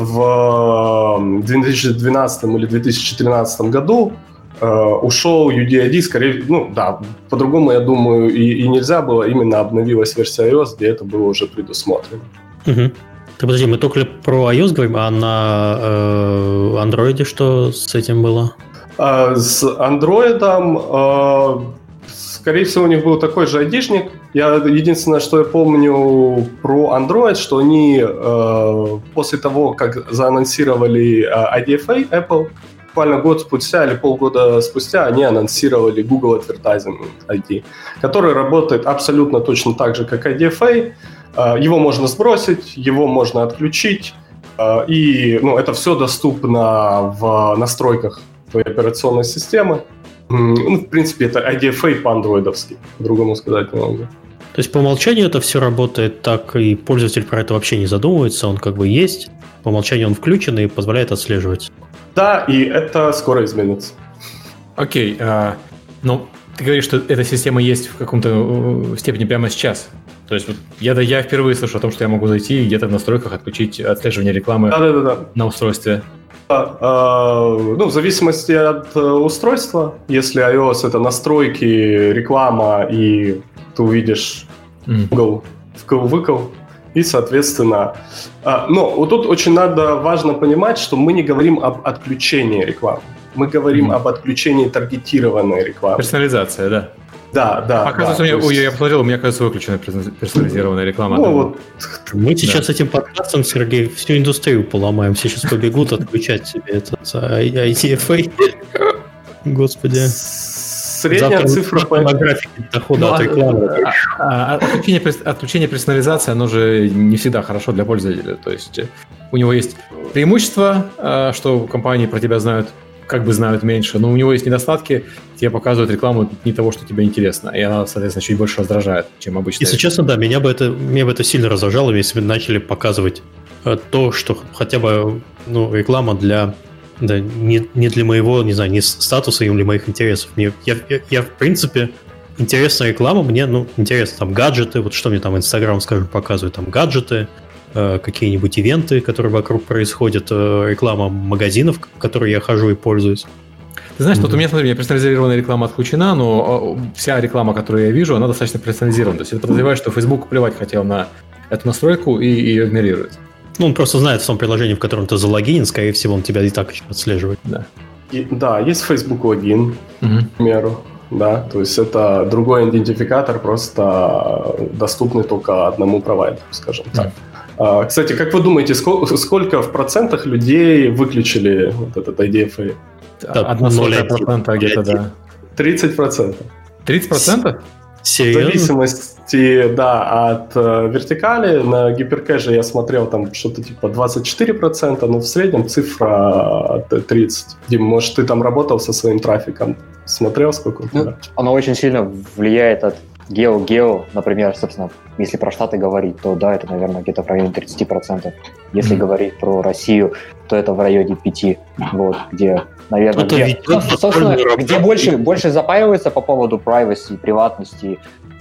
в две тысячи двенадцатом или две тысячи тринадцатом году ушел ю ди ай ди, скорее, ну, да, по-другому, я думаю, и, и нельзя было, именно обновилась версия iOS, где это было уже предусмотрено. Угу. Так, подожди, мы только про iOS говорим, а на э, Android что с этим было? А, с Android, э, скорее всего, у них был такой же айдишник. Я, единственное, что я помню про Android, что они э, после того, как заанонсировали ай ди эф эй, Apple, буквально год спустя или полгода спустя, они анонсировали Google Advertising ай ди, который работает абсолютно точно так же, как ай ди эф эй. Его можно сбросить, его можно отключить, и ну, это все доступно в настройках твоей операционной системы. Ну, в принципе, это ай ди эф эй по-андроидовски, по-другому сказать не могу. То есть по умолчанию это все работает так, и пользователь про это вообще не задумывается, он как бы есть, по умолчанию он включен и позволяет отслеживать. Да, и это скоро изменится. Окей, а, ну, ты говоришь, что эта система есть в каком-то степени прямо сейчас. То есть вот я, я впервые слышу о том, что я могу зайти и где-то в настройках отключить отслеживание рекламы Да-да-да. на устройстве. Да, э, ну, в зависимости от устройства, если iOS — это настройки, реклама, и ты увидишь угол, вкл-выкл, и, соответственно... Э, но вот тут очень надо, важно понимать, что мы не говорим об отключении рекламы. Мы говорим mm. об отключении таргетированной рекламы. Персонализация, да. Да, да. Оказывается, да, у меня, есть... я посмотрел, у меня, кажется, выключена персонализированная реклама. Ну, вот... Мы сейчас да. этим подкастом, Сергей, всю индустрию поломаем. Все сейчас побегут отключать себе этот ай ти эф эй. Господи. Средняя завтра цифра по графике дохода ну, от рекламы. А, а, отключение, отключение персонализации, оно же не всегда хорошо для пользователя. То есть у него есть преимущество, что компании про тебя знают, как бы знают меньше, но у него есть недостатки, тебе показывают рекламу не того, что тебе интересно, и она, соответственно, чуть больше раздражает, чем обычно. Если честно, да, меня бы это, меня бы это сильно раздражало, если бы начали показывать то, что хотя бы ну, реклама для да, не, не для моего, не знаю, не статуса или моих интересов. Мне, я, я, я, в принципе, интересная реклама, мне, ну, интересно, там, гаджеты, вот что мне там Инстаграм, скажем, показывает, там, гаджеты, э, какие-нибудь ивенты, которые вокруг происходят, э, реклама магазинов, в которые я хожу и пользуюсь. Ты знаешь, mm-hmm. вот у меня, смотри, у меня персонализированная реклама отключена, но вся реклама, которую я вижу, она достаточно персонализирована. То есть это подразумевает, что Facebook плевать хотел на эту настройку и ее игнорирует. Ну, он просто знает в том приложении, в котором ты залогинен, скорее всего, он тебя и так отслеживает. Да, и, да есть Facebook логин, угу. к примеру. Да, то есть это другой идентификатор, просто доступный только одному провайдеру, скажем так. Mm. Кстати, как вы думаете, сколько, сколько в процентах людей выключили вот этот ай ди эф эй? Одна сотая процента где-то, да. тридцать процентов. тридцать процентов? Серьезно? В зависимости, да, от э, вертикали. На гиперкэше я смотрел там что-то типа двадцать четыре процента, но в среднем цифра тридцать процентов. Дим, может, ты там работал со своим трафиком? Смотрел, сколько у тебя? Ну, оно очень сильно влияет от гео-гео. Например, собственно, если про Штаты говорить, то да, это, наверное, где-то в районе тридцать процентов. Если mm-hmm. говорить про Россию, то это в районе пять процентов. Вот, где... Наверное, где, собственно, где больше, больше запаивается по поводу privacy, приватности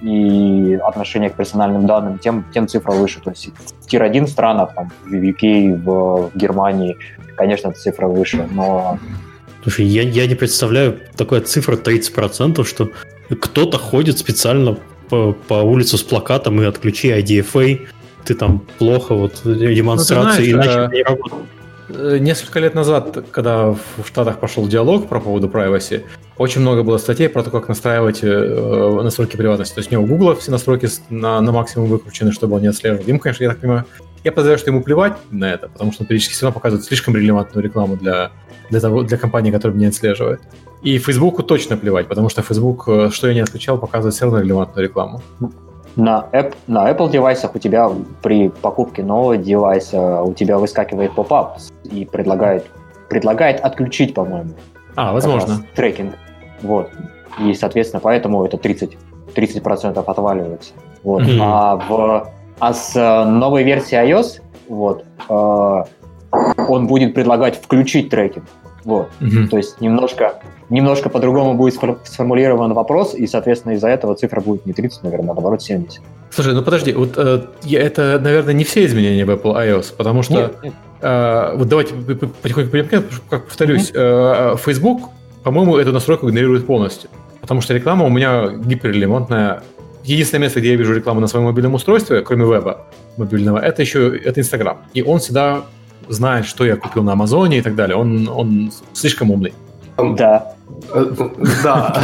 и отношения к персональным данным, тем, тем цифра выше. То есть в тир один странах, там, в ю кей, в, в Германии, конечно, цифра выше, но... Слушай, я, я не представляю такая цифра тридцать процентов, что кто-то ходит специально по, по улице с плакатом и отключи ай ди эф эй, ты там плохо, вот демонстрации, ну, знаешь, иначе а... не работает. Несколько лет назад, когда в Штатах пошел диалог про поводу privacy, очень много было статей про то, как настраивать э, настройки приватности. То есть у него у Google все настройки на, на максимум выкручены, чтобы он не отслеживал. Им, конечно, я так понимаю, я подозреваю, что ему плевать на это, потому что он периодически все равно показывает слишком релевантную рекламу для, для, того, для компании, которая меня отслеживает. И Фейсбуку точно плевать, потому что Facebook, что я не отключал, показывает все равно релевантную рекламу. На, App, на Apple девайсах у тебя при покупке нового девайса у тебя выскакивает поп-ап и предлагает, предлагает отключить, по-моему. А, возможно. Трекинг. Вот. И, соответственно, поэтому это тридцать процентов отваливается. Вот. Mm-hmm. А, в, а с новой версии iOS вот, э, он будет предлагать включить трекинг. Вот. Mm-hmm. То есть немножко... Немножко по-другому будет сформулирован вопрос, и, соответственно, из-за этого цифра будет не тридцать, наверное, а наоборот семьдесят. Слушай, ну подожди, вот э, это, наверное, не все изменения в Apple iOS, потому что, нет, нет. Э, вот давайте потихоньку пойдем, как повторюсь, э, Facebook, по-моему, эту настройку игнорирует полностью, потому что реклама у меня гиперрелевантная. Единственное место, где я вижу рекламу на своем мобильном устройстве, кроме веба мобильного, это еще это Instagram. И он всегда знает, что я купил на Амазоне и так далее. Он, он слишком умный. Да. Да.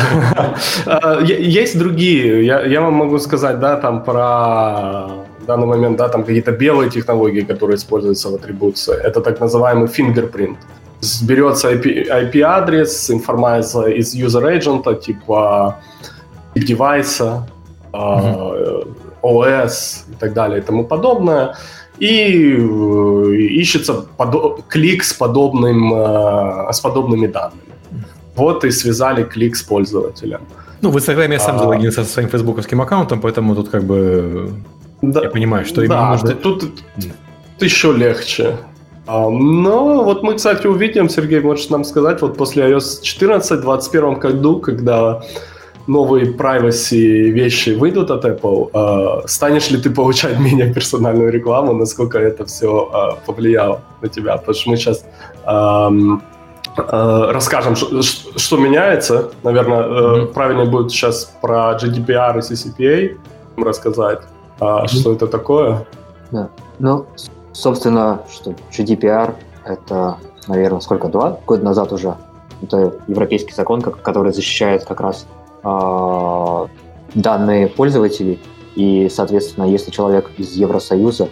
Есть другие. Я, я вам могу сказать, да, там про в данный момент, да, там какие-то белые технологии, которые используются в атрибуции. Это так называемый fingerprint. Берется ай пи, ай пи-адрес, информация из user-agent, типа девайса, mm-hmm. о эс и так далее и тому подобное. И ищется подо- клик с, подобным, с подобными данными. Вот и связали клик с пользователем. Ну, в Инстаграме я сам а, залогинился со своим фейсбуковским аккаунтом, поэтому тут как бы да, я понимаю, что именно да, нужно... тут, тут, тут еще легче. А, но вот мы, кстати, увидим, Сергей, можешь нам сказать, вот после iOS четырнадцать в двадцать первом году, когда новые privacy вещи выйдут от Apple, э, станешь ли ты получать менее персональную рекламу, насколько это все э, повлияло на тебя? Потому что мы сейчас э, э, расскажем, что, что меняется. Наверное, э, mm-hmm. правильнее будет сейчас про джи ди пи ар и си си пи эй рассказать, э, mm-hmm. что это такое. Да. Ну, собственно, что джи ди пи ар это, наверное, сколько, два года назад уже. Это европейский закон, который защищает как раз э, данные пользователей, и, соответственно, если человек из Евросоюза,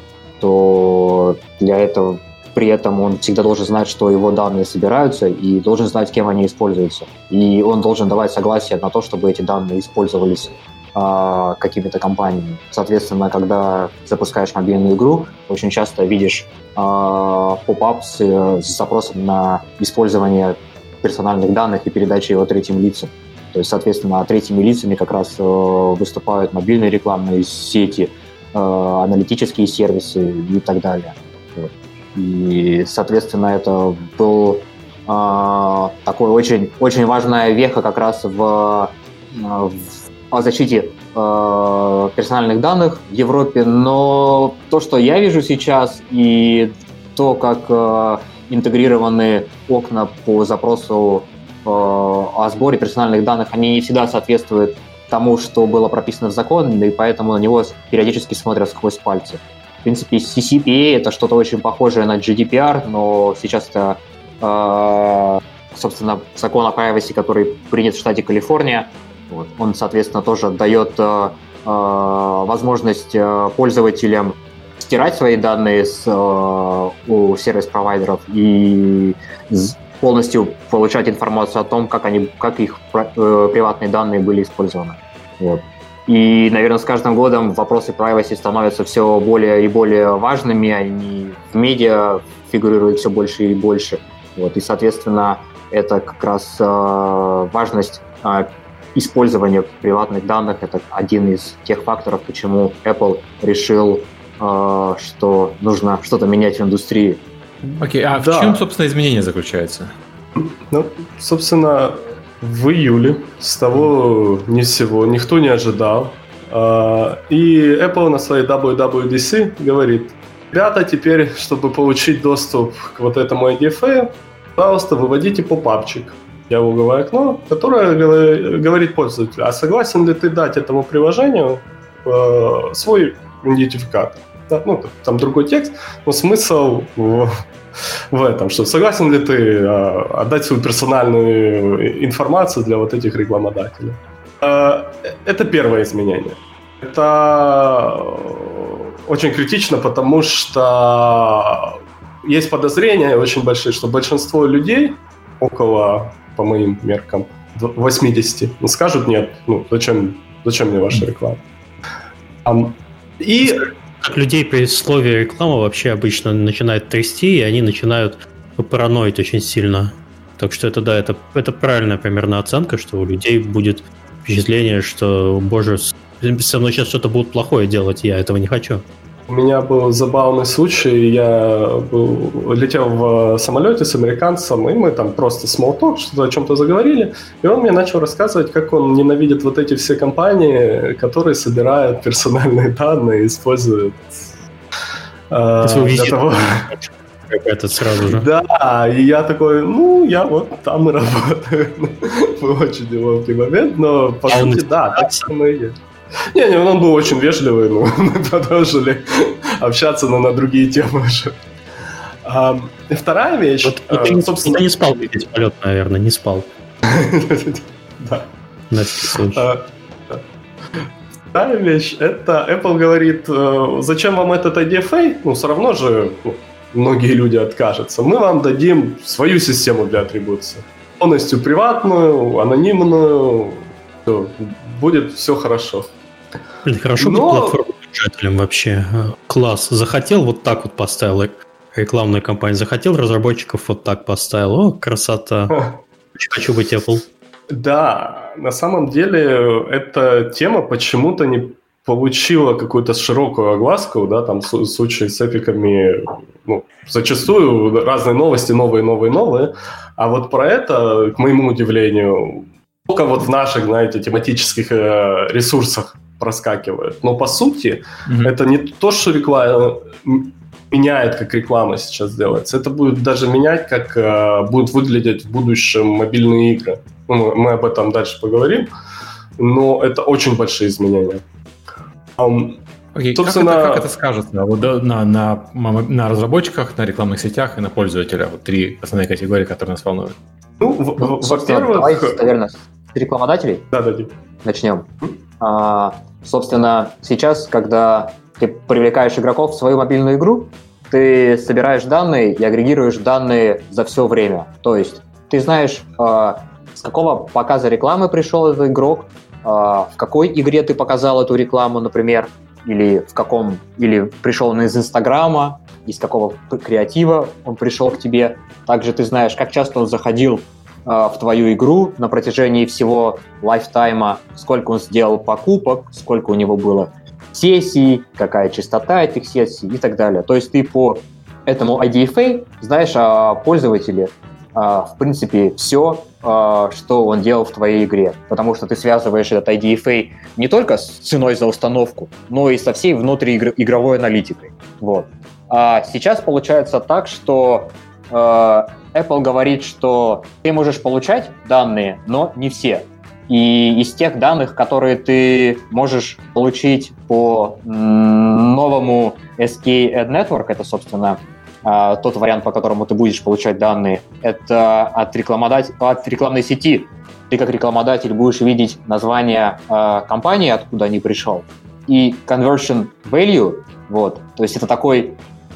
то для этого при этом он всегда должен знать, что его данные собираются, и должен знать, кем они используются. И он должен давать согласие на то, чтобы эти данные использовались э, какими-то компаниями. Соответственно, когда запускаешь мобильную игру, очень часто видишь э, поп-ап с, с запросом на использование персональных данных и передачу его третьим лицам. То есть, соответственно, третьими лицами как раз э, выступают мобильные рекламные сети, э, аналитические сервисы и так далее. Вот. И, соответственно, это был э, такой очень, очень важная веха как раз в, в, в защите э, персональных данных в Европе. Но то, что я вижу сейчас, и то, как э, интегрированы окна по запросу э, о сборе персональных данных, они не всегда соответствуют тому, что было прописано в законе, и поэтому на него периодически смотрят сквозь пальцы. В принципе, си си пи эй — это что-то очень похожее на джи ди пи ар, но сейчас это, э, собственно, закон о privacy, который принят в штате Калифорния. Вот. Он, соответственно, тоже дает э, возможность э, пользователям стирать свои данные с, э, у сервис-провайдеров и полностью получать информацию о том, как, они, как их э, приватные данные были использованы. Вот. И, наверное, с каждым годом вопросы privacy становятся все более и более важными, они в медиа фигурируют все больше и больше. Вот. И, соответственно, это как раз э, важность э, использования приватных данных, это один из тех факторов, почему Apple решил, э, что нужно что-то менять в индустрии. Окей, okay, а да. в чем, собственно, изменение заключается? Ну, собственно, в июле с того ни с сего никто не ожидал. И Apple на своей дабл ю дабл ю ди си говорит: ребята, теперь, чтобы получить доступ к вот этому ай ди эф эй, пожалуйста, выводите попапчик, диалоговое окно, которое говорит пользователю: а согласен ли ты дать этому приложению свой идентификатор? Да, ну, там другой текст, но смысл в, в этом, что согласен ли ты а, отдать свою персональную информацию для вот этих рекламодателей. А, это первое изменение. Это очень критично, потому что есть подозрения очень большие, что большинство людей, около, по моим меркам, восемьдесят, ну, скажут: нет, ну, зачем, зачем мне ваша реклама? Um, и... Как людей при слове реклама вообще обычно начинает трясти, и они начинают параноить очень сильно. Так что это, да, это, это правильная примерно оценка, что у людей будет впечатление, что, боже, со мной сейчас что-то будут плохое делать, я этого не хочу. У меня был забавный случай, я был, летел в самолете с американцем, и мы там просто small talk, что-то о чем-то заговорили, и он мне начал рассказывать, как он ненавидит вот эти все компании, которые собирают персональные данные и используют э, для того... Это сразу же. Да, и я такой: ну, я вот там и работаю. Был очень неловкий момент, но по а сути, да, так оно и есть. Не, не, он был очень вежливый, но мы продолжили общаться, но на другие темы уже. А, и вторая вещь... Вот, а, ты, собственно... ты не спал весь полет, наверное, не спал. Да. На всякий случай. Вторая вещь, это Apple говорит: зачем вам этот ай ди эф эй? Ну, все равно же многие люди откажутся. Мы вам дадим свою систему для атрибуции. Полностью приватную, анонимную. Все, будет все хорошо. Блин, хорошо быть платформодержателем вообще. Класс. Захотел, вот так вот поставил рекламную кампанию. Захотел, разработчиков вот так поставил. О, красота. Хочу быть Apple. Да, на самом деле эта тема почему-то не получила какую-то широкую огласку, да, там случаи с эпиками, ну, зачастую разные новости, новые, новые, новые. А вот про это, к моему удивлению, только вот в наших, знаете, тематических э, ресурсах проскакивает. Но по сути, mm-hmm. это не то, что реклама меняет, как реклама сейчас делается. Это будет даже менять, как э, будут выглядеть в будущем мобильные игры. Ну, мы об этом дальше поговорим. Но это очень большие изменения. Um, okay, собственно... как, это, как это скажется вот, на, на, на разработчиках, на рекламных сетях и на пользователя? Вот три основные категории, которые нас волнуют. Ну, в, ну, во-первых... Давайте, наверное, рекламодателей? Да, да, да. Начнем. А, собственно, сейчас, когда ты привлекаешь игроков в свою мобильную игру, ты собираешь данные и агрегируешь данные за все время. То есть ты знаешь, а, с какого показа рекламы пришел этот игрок, а, в какой игре ты показал эту рекламу, например, или в каком, или пришел он из Инстаграма, из какого креатива он пришел к тебе. Также ты знаешь, как часто он заходил э, в твою игру на протяжении всего лайфтайма, сколько он сделал покупок, сколько у него было сессий, какая частота этих сессий и так далее. То есть ты по этому ай ди эф эй знаешь о пользователе, э, в принципе, все, э, что он делал в твоей игре. Потому что ты связываешь этот ай ди эф эй не только с ценой за установку, но и со всей внутриигровой аналитикой. Вот. А сейчас получается так, что э, Apple говорит, что ты можешь получать данные, но не все. И из тех данных, которые ты можешь получить по м, новому эс кей Ad Network, это, собственно, э, тот вариант, по которому ты будешь получать данные, это от, рекламодатель, от рекламной сети. Ты как рекламодатель будешь видеть название э, компании, откуда они пришел, и conversion value, вот, то есть это такой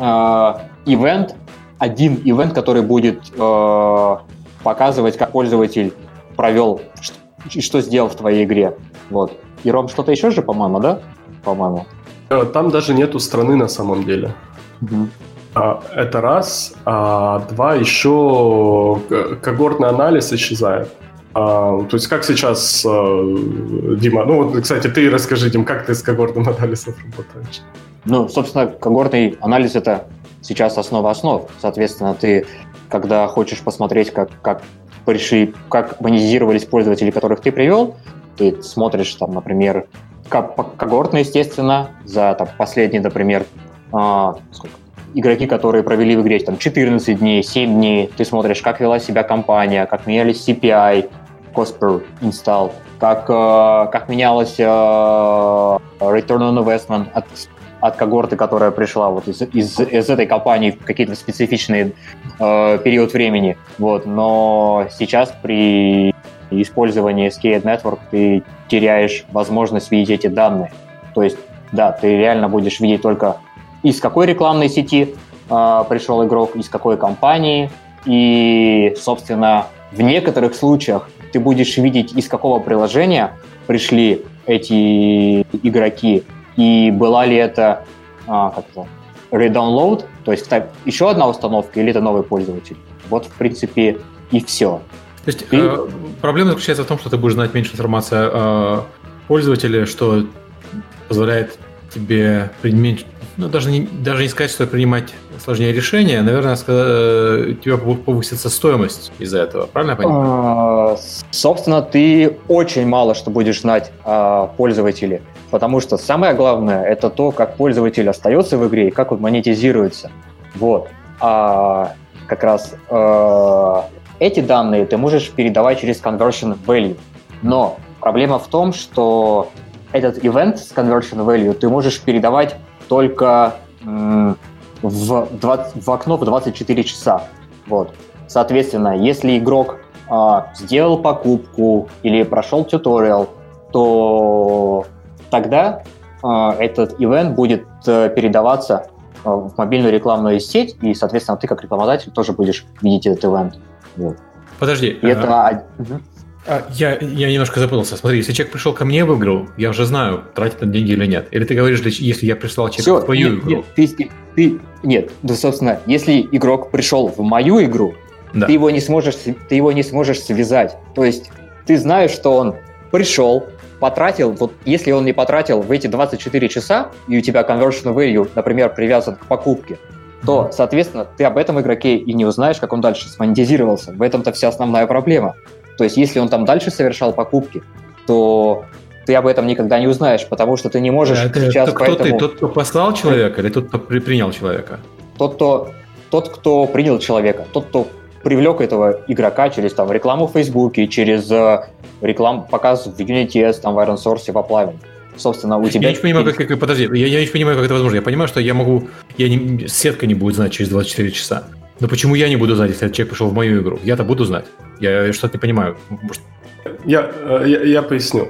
ивент, один ивент, который будет э, показывать, как пользователь провел и что сделал в твоей игре. Вот. И, Ром, что-то еще же, по-моему, да? По-моему. Там даже нету страны на самом деле. Угу. А, это раз. А два, еще когортный анализ исчезает. А, то есть как сейчас, а, Дима, ну вот, кстати, ты расскажи, Дим, как ты с когортным анализом работаешь? Ну, собственно, когортный анализ – это сейчас основа основ. Соответственно, ты, когда хочешь посмотреть, как, как пришли, как монетизировались пользователи, которых ты привел, ты смотришь, там, например, когортно, естественно, за там, последние, например, а, сколько? Игроки, которые провели в игре там, четырнадцать дней, семь дней, ты смотришь, как вела себя компания, как менялись си пи ай, cost per install, как, э, как менялась э, return on investment от от когорты, которая пришла вот из, из, из этой компании в какие-то специфичные э, период времени. Вот. Но сейчас при использовании эс кей Ad Network ты теряешь возможность видеть эти данные. То есть, да, ты реально будешь видеть только из какой рекламной сети э, пришел игрок, из какой компании. И, собственно, в некоторых случаях ты будешь видеть, из какого приложения пришли эти игроки. И была ли это а, как-то redownload, то есть так, еще одна установка или это новый пользователь. Вот, в принципе, и все. То есть и... э, проблема заключается в том, что ты будешь знать меньше информации о пользователе, что позволяет тебе принимать, ну, даже не, даже не сказать, что принимать сложнее решения, наверное, у тебя повысится стоимость из-за этого, правильно я понимаю? А, собственно, ты очень мало что будешь знать о пользователе, потому что самое главное – это то, как пользователь остается в игре и как он монетизируется. Вот. А как раз э, эти данные ты можешь передавать через conversion value. Но проблема в том, что этот event с conversion value ты можешь передавать только м, в, двадцать, в окно в двадцать четыре часа. Вот. Соответственно, если игрок э, сделал покупку или прошел туториал, то тогда э, этот ивент будет э, передаваться э, в мобильную рекламную сеть, и, соответственно, ты как рекламодатель тоже будешь видеть этот ивент. Вот. Подожди. И это... угу. а, я, я немножко запутался. Смотри, если человек пришел ко мне в игру, я уже знаю, тратит он деньги или нет. Или ты говоришь, если я прислал человека Все, в твою нет, игру? Нет, ты, ты, нет, да, собственно, если игрок пришел в мою игру, да. ты, его не сможешь, ты его не сможешь связать. То есть ты знаешь, что он пришел, потратил, вот если он не потратил в эти двадцать четыре часа, и у тебя conversion value, например, привязан к покупке, то, mm-hmm. соответственно, ты об этом игроке и не узнаешь, как он дальше смонетизировался. В этом-то вся основная проблема. То есть если он там дальше совершал покупки, то ты об этом никогда не узнаешь, потому что ты не можешь а это, сейчас... Кто поэтому... ты? Тот, кто послал человека, или тот, кто при, принял человека? Тот кто, тот, кто принял человека, тот, кто привлек этого игрока через там, рекламу в Фейсбуке, через э, рекламу, показ в Unity, там, в ironSource, в Applavin. Собственно, у тебя... Я не понимаю, как, как, подожди, я, я не понимаю, как это возможно. Я понимаю, что я могу... Я не, сетка не будет знать через двадцать четыре часа. Но почему я не буду знать, если этот человек пришел в мою игру? Я-то буду знать. Я, я что-то не понимаю. Может, Я, я, я поясню.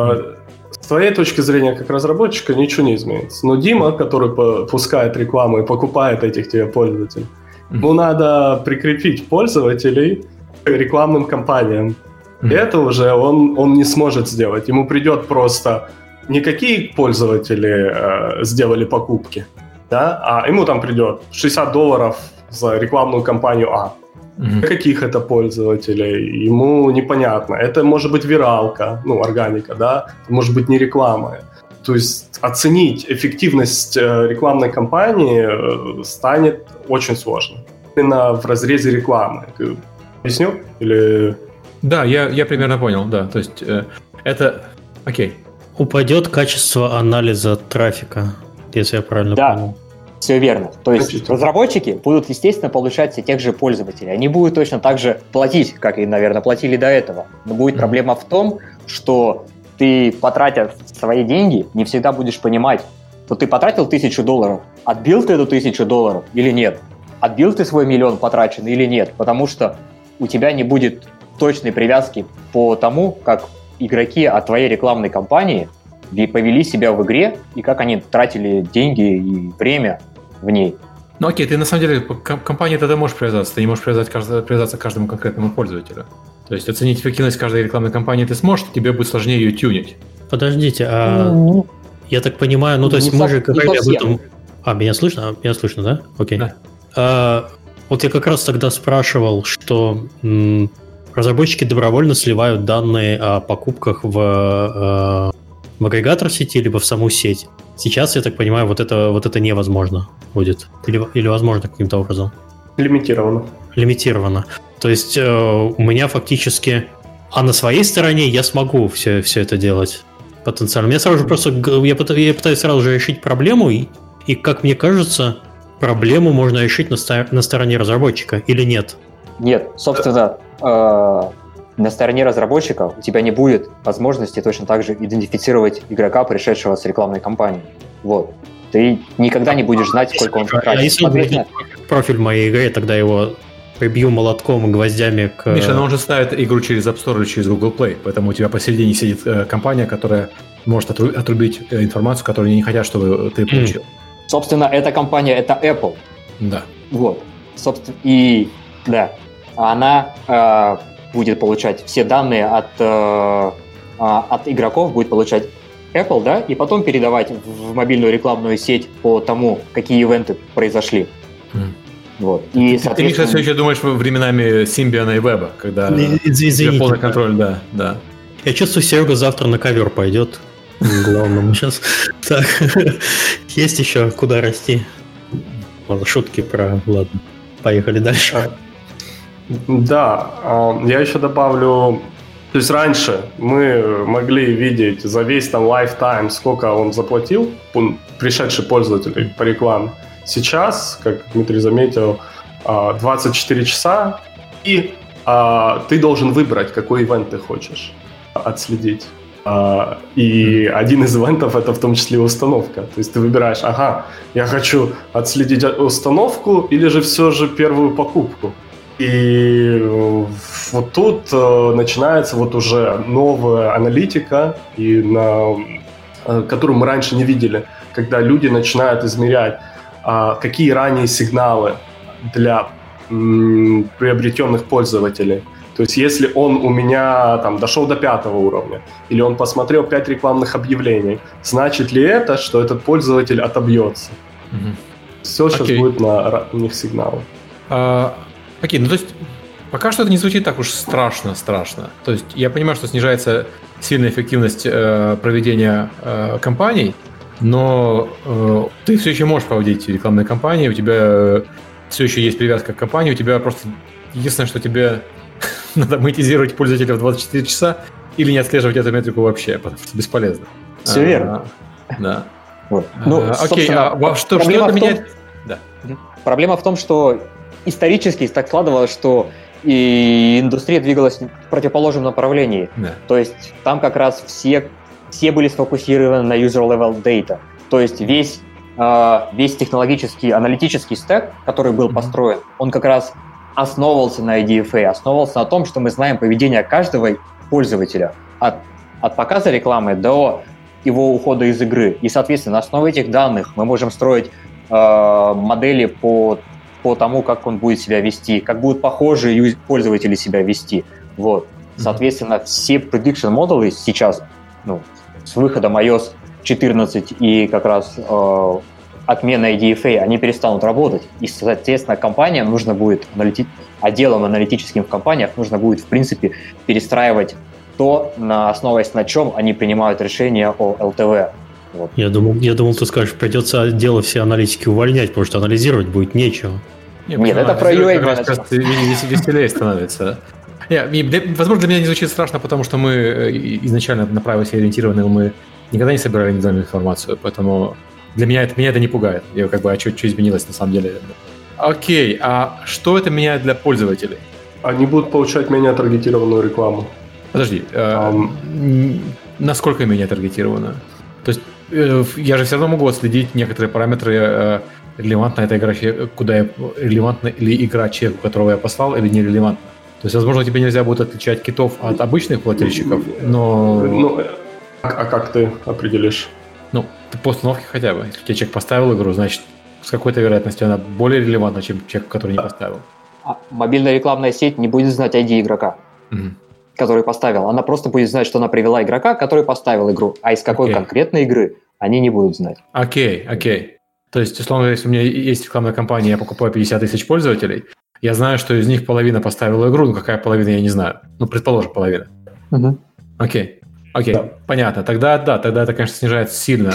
С твоей точки зрения, как разработчика, ничего не изменится. Но Дима, который пускает рекламу и покупает этих тебе пользователей, mm-hmm. ему надо прикрепить пользователей к рекламным кампаниям. Mm-hmm. И это уже он, он не сможет сделать. Ему придет просто не какие пользователи э, сделали покупки, да, а ему там придет шестьдесят долларов за рекламную кампанию А. Mm-hmm. Каких это пользователей? Ему непонятно. Это может быть виралка, ну, органика, да, это может быть не реклама. То есть оценить эффективность рекламной кампании станет очень сложно. Именно в разрезе рекламы. Объясню? Или... Да, я, я примерно понял, да. То есть э, это... Окей. Упадет качество анализа трафика, если я правильно да. понял. Все верно. То есть Значит, разработчики будут, естественно, получать все тех же пользователей. Они будут точно так же платить, как и, наверное, платили до этого. Но будет mm-hmm. проблема в том, что ты, потратив свои деньги, не всегда будешь понимать, что ты потратил тысячу долларов, отбил ты эту тысячу долларов или нет, отбил ты свой миллион потраченный или нет, потому что у тебя не будет точной привязки по тому, как игроки от твоей рекламной кампании повели себя в игре и как они тратили деньги и время в ней. Ну окей, ты на самом деле к компании тогда можешь привязаться, ты не можешь привязать, привязаться к каждому конкретному пользователю. То есть оценить эффективность каждой рекламной кампании ты сможешь, тебе будет сложнее ее тюнить. Подождите, а mm-hmm. я так понимаю, ну то есть не мы со... же говорили об этом... А, меня слышно? Меня слышно, да? Окей. Да. А, вот я как раз тогда спрашивал, что м, разработчики добровольно сливают данные о покупках в... Э, в агрегатор сети, либо в саму сеть. Сейчас, я так понимаю, вот это, вот это невозможно будет. Или, или возможно каким-то образом? Лимитировано. Лимитировано. То есть э, у меня фактически... А на своей стороне я смогу все, все это делать потенциально. Я сразу же просто... Я пытаюсь, я пытаюсь сразу же решить проблему, и, и, как мне кажется, проблему можно решить на, стор- на стороне разработчика, или нет? Нет, собственно... Э- На стороне разработчика у тебя не будет возможности точно так же идентифицировать игрока, пришедшего с рекламной кампании. Вот. Ты никогда не будешь знать, сколько он потратил. А если он видит профиль моей игры, тогда его прибью молотком и гвоздями к... Миша, но он же ставит игру через App Store или через Google Play, поэтому у тебя посередине сидит э, компания, которая может отрубить э, информацию, которую они не хотят, чтобы ты получил. Mm. Собственно, эта компания — это Apple. Да. Вот. Собственно, и... Да. Она... Э, будет получать все данные от, э, от игроков, будет получать Apple, да, и потом передавать в мобильную рекламную сеть по тому, какие ивенты произошли. Mm. Вот. И, ты, соответственно... ты, Миша, все еще думаешь временами Symbian и Web, когда Извините, полный контроль, да, да. Я чувствую, Серега завтра на ковер пойдет. Главному сейчас. Так, есть еще куда расти. Ладно, шутки про... Ладно, поехали дальше. Да, я еще добавлю, то есть раньше мы могли видеть за весь там lifetime, сколько он заплатил, пришедший пользователь по рекламе. Сейчас, как Дмитрий заметил, двадцать четыре часа, и ты должен выбрать, какой ивент ты хочешь отследить. И один из ивентов — это в том числе установка. То есть ты выбираешь, ага, я хочу отследить установку или же все же первую покупку. И вот тут э, начинается вот уже новая аналитика, и на, э, которую мы раньше не видели, когда люди начинают измерять, э, какие ранние сигналы для м, приобретенных пользователей. То есть если он у меня там дошел до пятого уровня, или он посмотрел пять рекламных объявлений, значит ли это, что этот пользователь отобьется? Mm-hmm. Все сейчас okay. будет на ранних сигналах. Uh... Окей, ну то есть пока что это не звучит так уж страшно-страшно. То есть я понимаю, что снижается сильная эффективность э, проведения э, кампаний, но э, ты все еще можешь проводить рекламные кампании, у тебя все еще есть привязка к кампании, у тебя просто единственное, что тебе надо монетизировать пользователя в двадцать четыре часа или не отслеживать эту метрику вообще, потому что бесполезно. Все а, верно. Да. Вот. Ну, а, окей, а что, что это меняет? Да. Проблема в том, что исторически так складывалось, что и индустрия двигалась в противоположном направлении. Да. То есть там как раз все, все были сфокусированы на user-level data. То есть весь, э, весь технологический, аналитический стек, который был mm-hmm. построен, он как раз основывался на ай ди эф эй, основывался на том, что мы знаем поведение каждого пользователя от, от показа рекламы до его ухода из игры. И, соответственно, на основе этих данных мы можем строить э, модели по, по тому, как он будет себя вести, как будут похожие пользователи себя вести. Вот. Соответственно, все prediction модели сейчас, ну, с выходом ай о эс четырнадцать и как раз э, отменой ди эф эй, они перестанут работать. И, соответственно, компаниям нужно будет, аналити... отделам аналитическим в компаниях нужно будет, в принципе, перестраивать то, на основываясь на чем они принимают решения о эл тэ вэ. Вот. Я думал, я думал, ты скажешь, придется отделы все аналитики увольнять, потому что анализировать будет нечего. Нет, Нет это про ю эй менеджмент. Веселее становится. Нет, возможно, для меня не звучит страшно, потому что мы изначально на privacy ориентированы, мы никогда не собирали индивидуальную информацию, поэтому для меня это, меня это не пугает. Я как бы, а что, что изменилось на самом деле? Окей, а что это меняет для пользователей? Они будут получать менее таргетированную рекламу. Подожди, um, э, насколько менее таргетированную? То есть э, я же все равно могу отследить некоторые параметры, э, релевантна эта игра, куда я, релевантна ли игра человеку, которого я послал, или нерелевантна. То есть, возможно, тебе нельзя будет отличать китов от обычных плательщиков, но... Ну, а, а как ты определишь? Ну, по установке хотя бы. Если тебе человек поставил игру, значит, с какой-то вероятностью она более релевантна, чем человек, который не поставил. А мобильная рекламная сеть не будет знать ай ди игрока, mm-hmm. который поставил. Она просто будет знать, что она привела игрока, который поставил игру. А из какой okay. конкретной игры они не будут знать. Окей, okay, окей. Okay. То есть, условно, если у меня есть рекламная кампания, я покупаю пятьдесят тысяч пользователей, я знаю, что из них половина поставила игру, но какая половина, я не знаю. Ну, предположим, половина. Uh-huh. Окей, окей, да. Понятно. Тогда, да, тогда это, конечно, снижается сильно.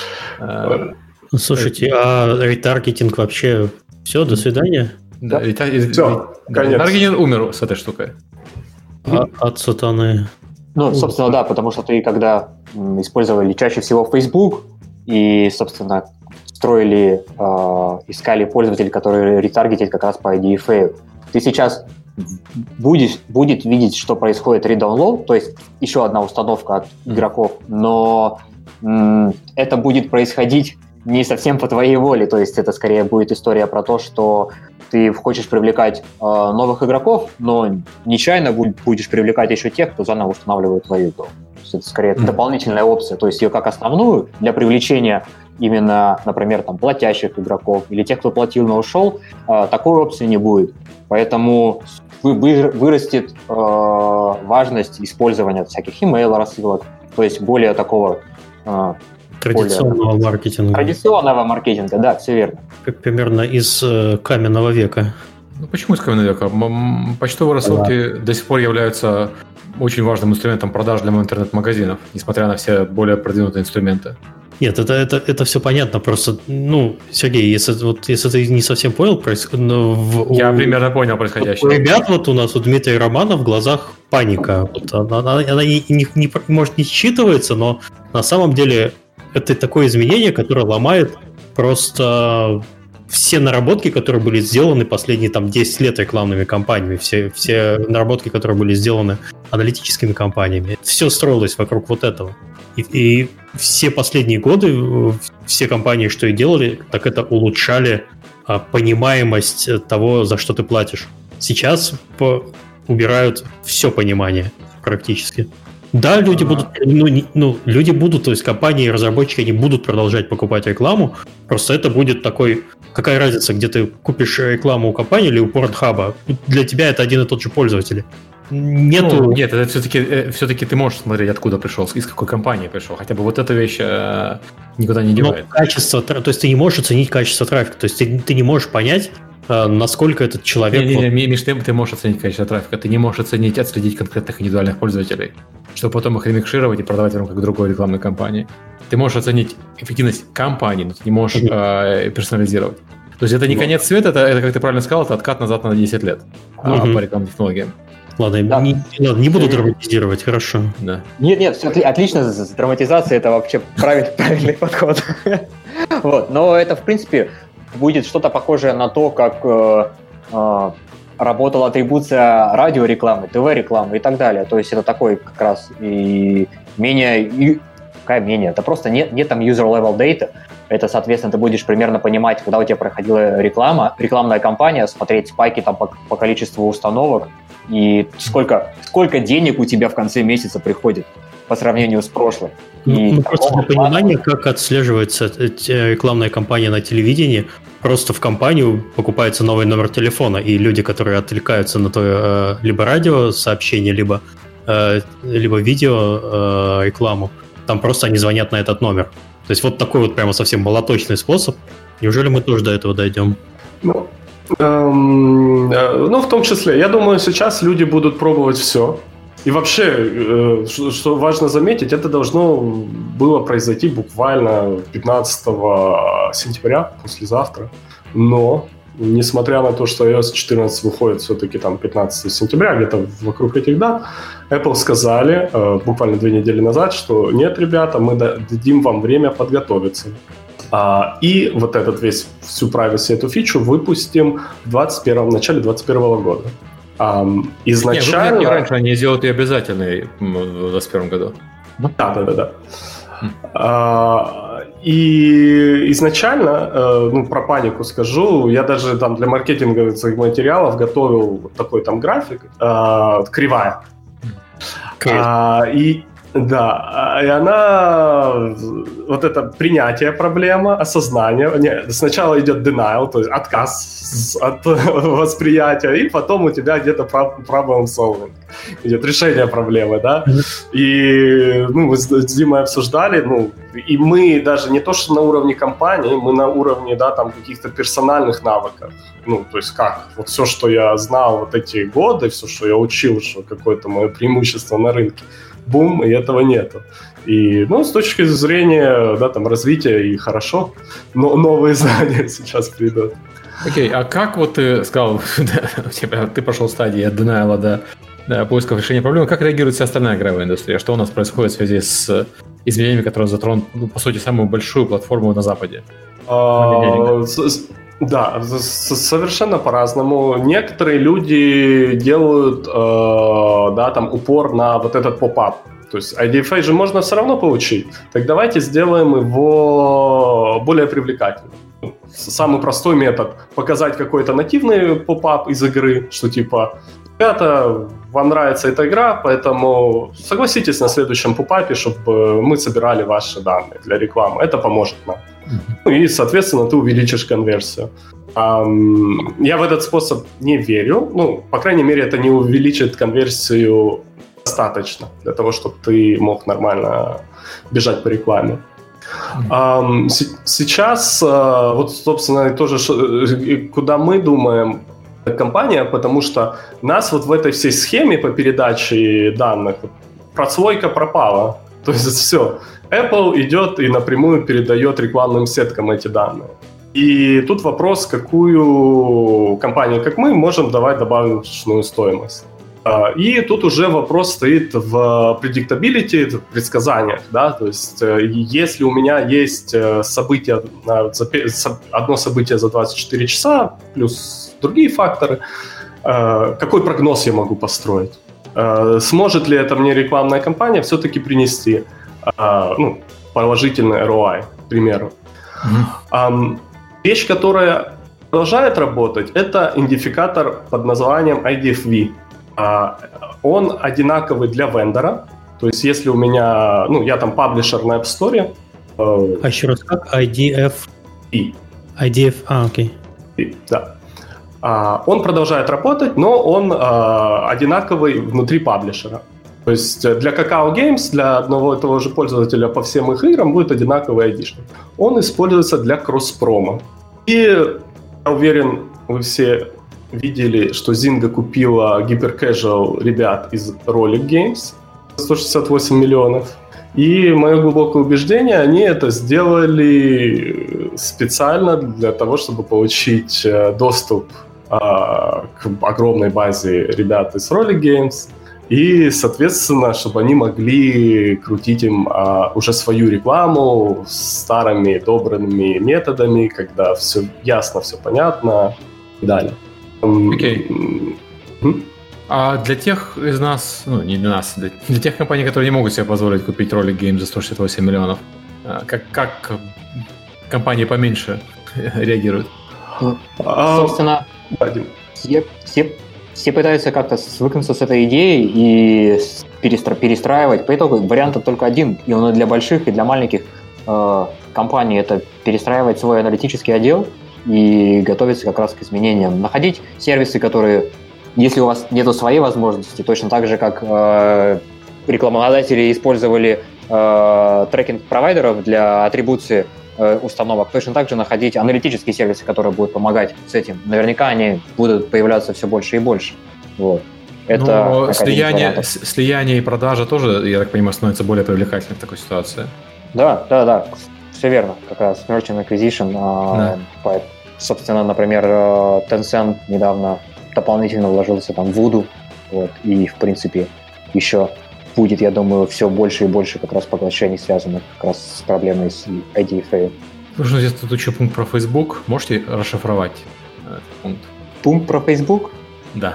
Слушайте, а ретаргетинг вообще все, до свидания? Да, да. Ретар... Все, конец. Ретаргетинг умер с этой штукой. А, от сатаны. Ну, собственно, да, потому что ты, когда использовали чаще всего Facebook и, собственно, строили, э, искали пользователей, которые ретаргетят как раз по ди эф эй. Ты сейчас будешь, будет видеть, что происходит redownload, то есть еще одна установка от игроков, но м, это будет происходить не совсем по твоей воле, то есть это скорее будет история про то, что ты хочешь привлекать э, новых игроков, но нечаянно будешь привлекать еще тех, кто заново устанавливает твою игру. То есть это скорее mm-hmm. дополнительная опция, то есть ее как основную для привлечения именно, например, там, платящих игроков или тех, кто платил, но ушел, э, такой опции не будет. Поэтому вы, вы, вырастет э, важность использования всяких email рассылок, то есть более такого э, традиционного более, маркетинга. Традиционного маркетинга, да, все верно. Примерно из э, каменного века. Ну почему из каменного века? Почтовые рассылки да. до сих пор являются очень важным инструментом продаж для интернет-магазинов, несмотря на все более продвинутые инструменты. Нет, это, это, это все понятно, просто, ну, Сергей, если, вот, если ты не совсем понял, происход... в, я у, примерно понял происходящее. У ребят вот у нас, у Дмитрия Романа в глазах паника. Вот, она она, она не, не, не, может, не считывается, но на самом деле это такое изменение, которое ломает просто все наработки, которые были сделаны последние там, десять лет рекламными компаниями, все, все наработки, которые были сделаны аналитическими компаниями. Все строилось вокруг вот этого. И, и все последние годы все компании, что и делали, так это улучшали а, понимаемость того, за что ты платишь. Сейчас по, убирают все понимание практически. Да, люди будут, ну, не, ну, люди будут, то есть компании и разработчики, они будут продолжать покупать рекламу, просто это будет такой, какая разница, где ты купишь рекламу у компании или у Pornhub, для тебя это один и тот же пользователь. Нету... Ну, нет, это все-таки, все-таки ты можешь смотреть, откуда пришел, из какой компании пришел. Хотя бы вот эта вещь э, никуда не девает. Но качество, то есть ты не можешь оценить качество трафика. То есть ты, ты не можешь понять, э, насколько этот человек... Не, не, не, Миш, ты, ты можешь оценить качество трафика. Ты не можешь оценить, отследить конкретных индивидуальных пользователей, чтобы потом их ремикшировать и продавать в рамках другой рекламной кампании. Ты можешь оценить эффективность компании, но ты не можешь э, персонализировать. То есть это не конец света, это, это, как ты правильно сказал, это откат назад на десять лет mm-hmm. по рекламным технологиям. Ладно, да. не, ладно, не буду драматизировать, хорошо. Да. Нет, нет, все отлично, драматизация это вообще правильный, правильный подход. Вот, но это, в принципе, будет что-то похожее на то, как э, э, работала атрибуция радиорекламы, ТВ-рекламы и так далее. То есть это такой как раз и менее... И, какая менее? Это просто нет, нет там user-level data. Это, соответственно, ты будешь примерно понимать, когда у тебя проходила реклама, рекламная кампания, смотреть спайки там по, по количеству установок и сколько, сколько денег у тебя в конце месяца приходит по сравнению с прошлым. Ну, ну, просто для понимания, как отслеживается рекламная кампания на телевидении, просто в компанию покупается новый номер телефона, и люди, которые отвлекаются на то либо радиосообщение, либо, либо видео рекламу, там просто они звонят на этот номер. То есть вот такой вот прямо совсем молоточный способ. Неужели мы тоже до этого дойдем? Ну, эм, э, ну в том числе. Я думаю, сейчас люди будут пробовать все. И вообще, э, что, что важно заметить, это должно было произойти буквально пятнадцатого сентября, послезавтра. Но, несмотря на то, что ай о эс четырнадцать выходит все-таки там пятнадцатого сентября, где-то вокруг этих дат, Apple сказали э, буквально две недели назад, что нет, ребята, мы дадим вам время подготовиться. А, и вот этот весь, всю privacy, эту фичу выпустим в, двадцать первом, в начале двадцать первого года. Um, изначально... Не, раньше они сделают ее обязательной в двадцать первом году. Да, да, да, да. Mm. Uh, и изначально, uh, ну, про панику скажу, я даже там для маркетинговых своих материалов готовил вот такой там график, uh, кривая. Okay. Uh, и да, и она, вот это принятие проблемы, осознание, не, сначала идет denial, то есть отказ от восприятия, и потом у тебя где-то problem solving, идет решение проблемы, да, и, ну, мы с Димой обсуждали, ну, и мы даже не то, что на уровне компании, мы на уровне, да, там, каких-то персональных навыков, ну, то есть как, вот все, что я знал вот эти годы, все, что я учил, что какое-то мое преимущество на рынке, бум, и этого нету. И, ну, с точки зрения, да, там, развития и хорошо, но новые знания сейчас придут. Окей, okay, а как вот ты сказал, ты прошел стадии от denial до, до поиска решения проблемы, как реагирует вся остальная игровая индустрия? Что у нас происходит в связи с изменениями, которые затронут, ну, по сути, самую большую платформу на Западе? А, да, совершенно по-разному. Некоторые люди делают, э, да, там, упор на вот этот поп-ап. То есть ай ди эф эй же можно все равно получить. Так давайте сделаем его более привлекательным. Самый простой метод – показать какой-то нативный поп-ап из игры, что типа, ребята, вам нравится эта игра, поэтому согласитесь на следующем поп-апе, чтобы мы собирали ваши данные для рекламы. Это поможет нам. Ну и, соответственно, ты увеличишь конверсию. Um, я в этот способ не верю. Ну, по крайней мере, это не увеличит конверсию достаточно для того, чтобы ты мог нормально бежать по рекламе. Um, с- сейчас, uh, вот, собственно, тоже, куда мы думаем, компания, потому что нас вот в этой всей схеме по передаче данных прослойка пропала. То есть все. Apple идет и напрямую передает рекламным сеткам эти данные. И тут вопрос, какую компанию, как мы, можем давать добавочную стоимость. И тут уже вопрос стоит в predictability, в предсказаниях. Да? То есть если у меня есть событие, одно событие за двадцать четыре часа, плюс другие факторы, какой прогноз я могу построить? Сможет ли это мне рекламная кампания все-таки принести ну, положительный эр о ай, к примеру? Mm-hmm. Вещь, которая продолжает работать, это идентификатор под названием ай ди эф ви. Он одинаковый для вендора. То есть если у меня, ну, я там паблишер на App Store. А еще раз как? ай ди эф ви. ай ди эф, а, окей. Okay. Да. Uh, он продолжает работать, но он uh, одинаковый внутри паблишера. То есть для Kakao Games, для одного и того же пользователя по всем их играм будет одинаковый айдишник. Он используется для кросс-промо. И я уверен, вы все видели, что Zynga купила Hyper-Casual ребят из Rollic Games за сто шестьдесят восемь миллионов. И мое глубокое убеждение, они это сделали специально для того, чтобы получить доступ к огромной базе ребят из Rollic Games и, соответственно, чтобы они могли крутить им а, уже свою рекламу старыми добрыми методами, когда все ясно, все понятно и далее. Окей. Okay. Mm-hmm. А для тех из нас, ну не для нас, для, для тех компаний, которые не могут себе позволить купить Rollic Games за сто шестьдесят восемь миллионов, как, как компании поменьше реагируют? А, Собственно, все, все все пытаются как-то свыкнуться с этой идеей и перестра- перестраивать. По итогу вариант только один, и он и для больших, и для маленьких э, компаний. Это перестраивать свой аналитический отдел и готовиться как раз к изменениям. Находить сервисы, которые, если у вас нет своей возможности, точно так же, как э, рекламодатели использовали э, трекинг провайдеров для атрибуции установок, точно так же находить аналитические сервисы, которые будут помогать с этим. Наверняка они будут появляться все больше и больше. Вот. Это Но слияние, слияние и продажа тоже, я так понимаю, становится более привлекательным в такой ситуации. Да, да, да, все верно. Как раз Merchant Acquisition. Да. Э, собственно, например, Tencent недавно дополнительно вложился там в Voodoo. Вот, и, в принципе, еще будет, я думаю, все больше и больше как раз поглощений, связанных как раз с проблемой с ай ди эф эй. Нужно здесь тут еще пункт про Facebook. Можете расшифровать этот пункт? Пункт про Facebook? Да.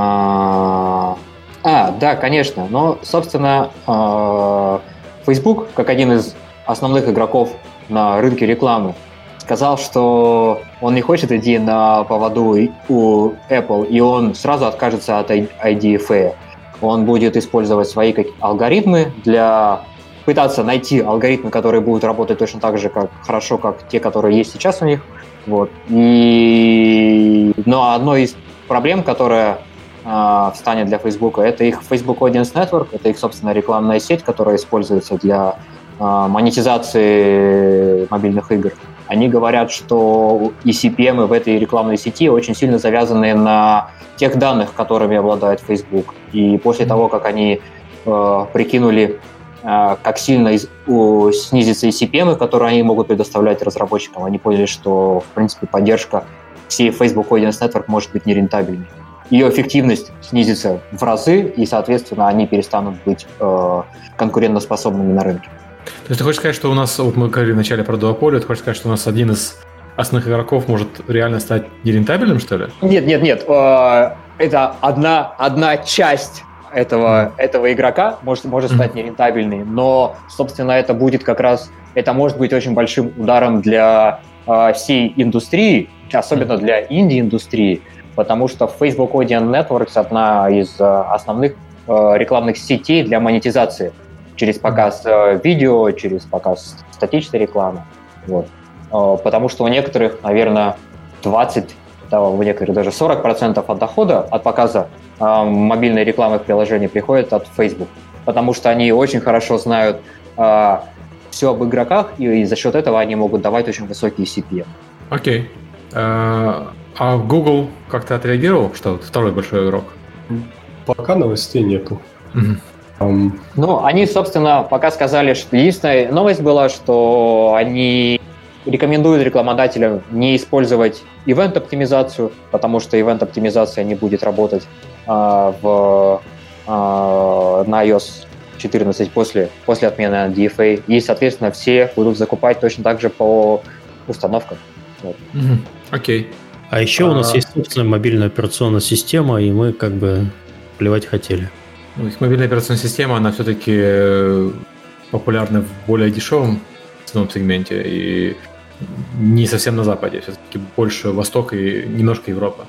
А, а да, конечно. Но, собственно, Facebook, как один из основных игроков на рынке рекламы, сказал, что он не хочет идти на поводу у Apple, и он сразу откажется от ай ди эф эй. Он будет использовать свои алгоритмы для пытаться найти алгоритмы, которые будут работать точно так же как хорошо, как те, которые есть сейчас у них. Вот. И... Но одной из проблем, которая э, встанет для Facebook, это их Facebook Audience Network, это их, собственно, рекламная сеть, которая используется для э, монетизации мобильных игр. Они говорят, что и си пи эм в этой рекламной сети очень сильно завязаны на тех данных, которыми обладает Facebook. И после mm-hmm. того, как они э, прикинули, э, как сильно из, у, снизится и си пи эм, которые они могут предоставлять разработчикам, они поняли, что, в принципе, поддержка всей Facebook Audience Network может быть нерентабельной. Ее эффективность снизится в разы, и, соответственно, они перестанут быть э, конкурентоспособными на рынке. То есть ты хочешь сказать, что у нас, вот мы говорили вначале про дуополию, ты хочешь сказать, что у нас один из основных игроков может реально стать нерентабельным, что ли? Нет, нет, нет. Это одна, одна часть этого, этого игрока может, может стать нерентабельной, но, собственно, это будет как раз, это может быть очень большим ударом для всей индустрии, особенно для инди-индустрии, потому что Facebook Audience Networks одна из основных рекламных сетей для монетизации через показ видео, через показ статичной рекламы. Вот. Потому что у некоторых, наверное, двадцать, да, у некоторых даже сорок процентов от дохода от показа э, мобильной рекламы в приложении приходит от Facebook, потому что они очень хорошо знают э, все об игроках, и, и за счет этого они могут давать очень высокие си пи эм. Окей. Okay. Uh, а Google как-то отреагировал, что второй большой игрок? Пока новостей нету. Uh-huh. Um... Ну, они, собственно, пока сказали, что единственная новость была, что они рекомендуют рекламодателям не использовать ивент-оптимизацию, потому что ивент-оптимизация не будет работать а, в, а, на ай о эс четырнадцать после, после отмены ди эф эй. И, соответственно, все будут закупать точно так же по установкам. Вот. Окей. Mm-hmm. Okay. А еще а... у нас есть собственная мобильная операционная система, и мы как бы плевать хотели. Ну, их мобильная операционная система, она все-таки популярна в более дешевом ценовом сегменте и не совсем на Западе, все-таки больше Восток и немножко Европа.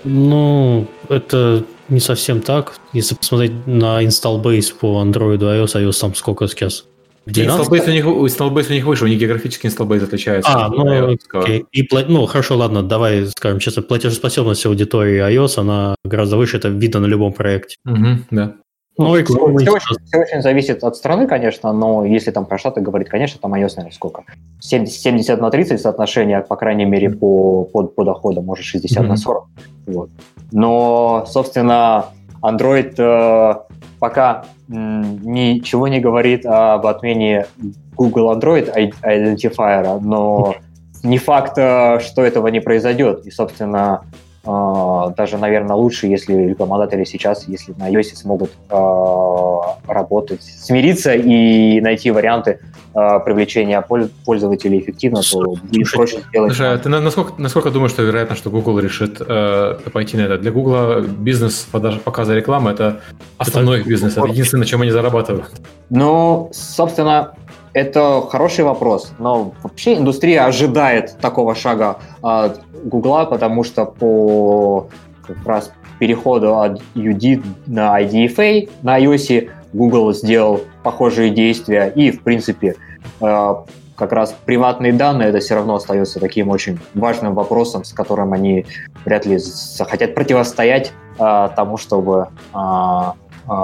Ну, это не совсем так. Если посмотреть на install base по Android, iOS, iOS там сколько сейчас? Install base у них, install base у них выше, у них географический install base отличается. А, ну, окей. И, ну, хорошо, ладно, давай скажем честно, платежеспособность аудитории iOS, она гораздо выше, это видно на любом проекте. Угу, да. Ну, все, все, очень, все очень зависит от страны, конечно, но если там про Штаты говорить, конечно, там iOS, наверное, сколько? семьдесят на тридцать соотношение, по крайней мере, по, по, по доходам, может, шестьдесят mm-hmm. на сорок. Вот. Но, собственно, Android э, пока м, ничего не говорит об отмене Google Android Identifier, но не факт, что этого не произойдет. И, собственно, Uh, даже, наверное, лучше, если рекламодатели сейчас, если на iOS смогут uh, работать, смириться и найти варианты uh, привлечения пользователей эффективно, то будет проще сделать. Слушай, а ты насколько, насколько думаешь, что вероятно, что Google решит uh, пойти на это? Для Google бизнес продажи, показа рекламы – это основной их бизнес, это единственное, на чем они зарабатывают. Ну, собственно, это хороший вопрос, но вообще индустрия ожидает такого шага от Гугла, потому что по как раз переходу от ю ди на ай ди эф эй на iOS Google сделал похожие действия, и, в принципе, как раз приватные данные это все равно остается таким очень важным вопросом, с которым они вряд ли захотят противостоять тому, чтобы там,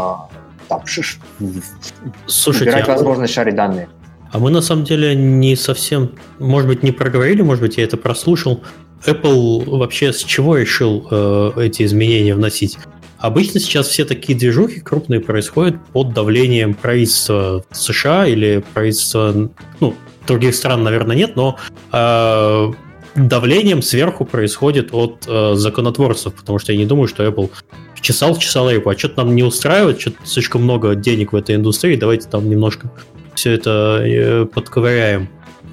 Слушайте, убирать возможность шарить данные. А мы на самом деле не совсем, может быть, не проговорили, может быть, я это прослушал. Apple вообще с чего решил э, эти изменения вносить? Обычно сейчас все такие движухи крупные происходят под давлением правительства США или правительства, ну, других стран, наверное, нет, но э, давлением сверху происходит от э, законотворцев, потому что я не думаю, что Apple чесал, чесал репу, а что-то нам не устраивает, что-то слишком много денег в этой индустрии, давайте там немножко все это э, подковыряем.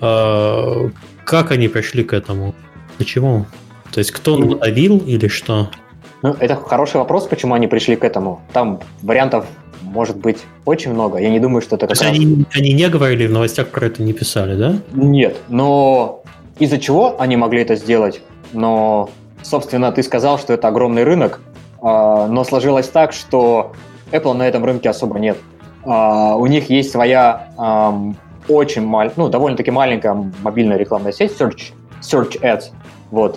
Э, как они пришли к этому? Почему? То есть кто надавил или что? Ну, это хороший вопрос, почему они пришли к этому. Там вариантов может быть очень много. Я не думаю, что это как То раз... есть они, они не говорили, в новостях про это не писали, да? Нет, но из-за чего они могли это сделать? Но, собственно, ты сказал, что это огромный рынок, но сложилось так, что Apple на этом рынке особо нет. У них есть своя очень маленькая, ну, довольно-таки маленькая мобильная рекламная сеть Search, Search Ads, вот,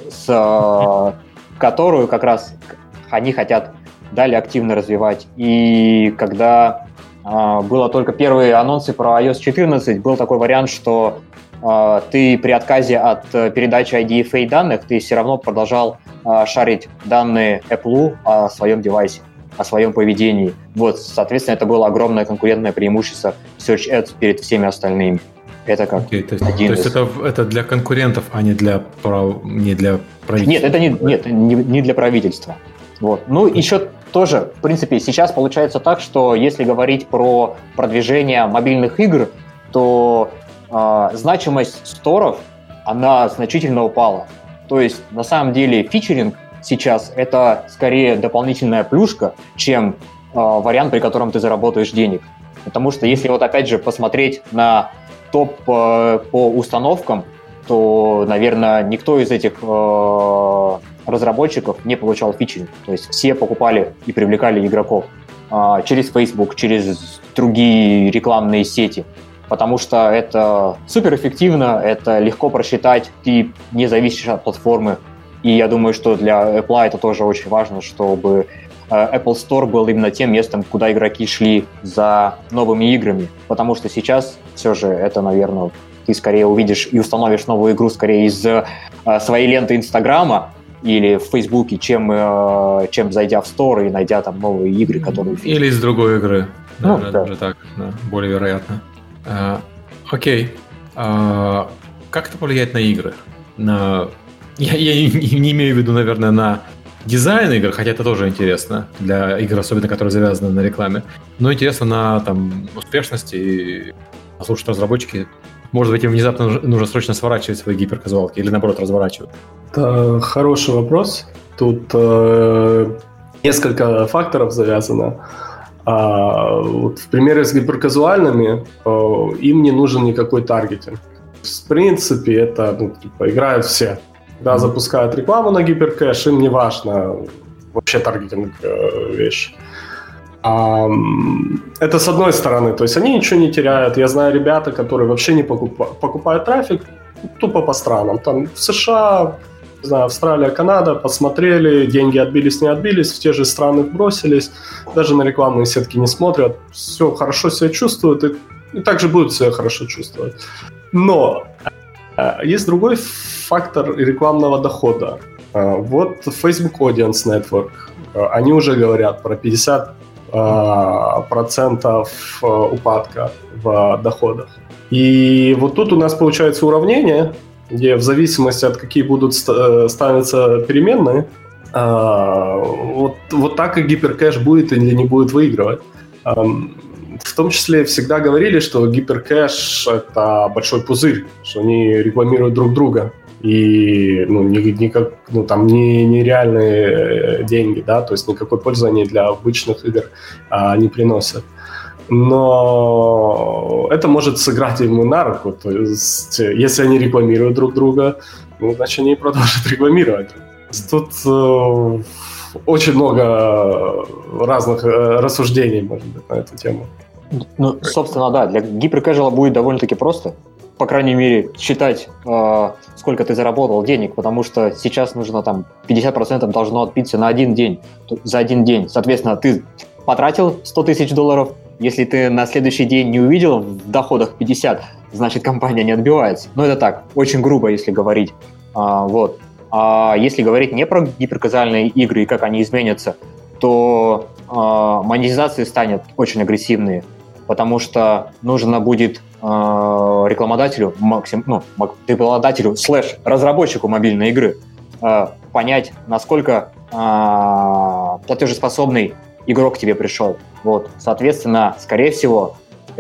с которую как раз они хотят далее активно развивать. И когда э, было только первые анонсы про iOS четырнадцать, был такой вариант, что э, ты при отказе от э, передачи ай ди эф эй данных, ты все равно продолжал э, шарить данные Apple о своем девайсе, о своем поведении. Вот, соответственно, это было огромное конкурентное преимущество Search Ads перед всеми остальными. Это как okay, то есть, один то есть из... это, это для конкурентов, а не для, прав... не для правительства? Нет, это не, нет, не, не для правительства. Вот. Ну, okay. Еще тоже, в принципе, сейчас получается так, что если говорить про продвижение мобильных игр, то э, значимость сторов, она значительно упала. То есть, на самом деле, фичеринг сейчас это скорее дополнительная плюшка, чем э, вариант, при котором ты заработаешь денег. Потому что если вот опять же посмотреть на топ э, по установкам, то, наверное, никто из этих э, разработчиков не получал фичеринг. То есть все покупали и привлекали игроков э, через Facebook, через другие рекламные сети, потому что это суперэффективно, это легко просчитать, ты не зависишь от платформы. И я думаю, что для Apple это тоже очень важно, чтобы Apple Store был именно тем местом, куда игроки шли за новыми играми, потому что сейчас все же это, наверное, ты скорее увидишь и установишь новую игру скорее из э, своей ленты Инстаграма или в Фейсбуке, чем, э, чем зайдя в Store и найдя там новые игры, которые... Или из другой игры, ну, наверное, да. даже так, да, более вероятно. А, окей. А, как это повлияет на игры? На... Я, я не, не имею в виду, наверное, на дизайн игр, хотя это тоже интересно для игр, особенно которые завязаны на рекламе, но интересно на там, успешность и послушать разработчики. Может быть, им внезапно нужно срочно сворачивать свои гиперказуалки или, наоборот, разворачивать? Это хороший вопрос. Тут э, несколько факторов завязано. А, вот в примере с гиперказуальными э, им не нужен никакой таргетинг. В принципе, это ну, типа, играют все. Когда mm-hmm. запускают рекламу на гиперкэш, им не важно вообще таргетинг э, вещь. А, это с одной стороны, то есть они ничего не теряют. Я знаю ребята, которые вообще не покупают, покупают трафик тупо по странам. Там в США, не знаю, Австралия, Канада, посмотрели, деньги отбились, не отбились, в те же страны бросились, даже на рекламные сетки не смотрят, все хорошо себя чувствуют и, и также будут себя хорошо чувствовать. Но есть другой фактор рекламного дохода. Вот Facebook Audience Network, они уже говорят про пятьдесят процентов упадка в доходах. И вот тут у нас получается уравнение, где в зависимости от какие будут ставиться переменные, вот, вот так и гиперкэш будет или не будет выигрывать. В том числе всегда говорили, что гиперкэш – это большой пузырь, что они рекламируют друг друга. И ну, не, не, как, ну, там не, не реальные деньги, да, то есть никакой пользы они для обычных игр а, не приносят. Но это может сыграть им на руку. То есть, если они рекламируют друг друга, ну, значит, они продолжат рекламировать. Тут э, очень много разных рассуждений, может быть, на эту тему. Ну, собственно, да, для гиперкэжуала будет довольно-таки просто. По крайней мере, считать, э, сколько ты заработал денег, потому что сейчас нужно там пятьдесят процентов должно отбиться на один день, за один день. Соответственно, ты потратил сто тысяч долларов, если ты на следующий день не увидел в доходах пятьдесят, значит, компания не отбивается. Но это так, очень грубо, если говорить. А, вот. А если говорить не про гиперказуальные игры и как они изменятся, то а, монетизация станет очень агрессивной, потому что нужно будет а, рекламодателю, максим, ну, рекламодателю слэш разработчику мобильной игры а, понять, насколько а, платежеспособный игрок к тебе пришел. Вот. Соответственно, скорее всего,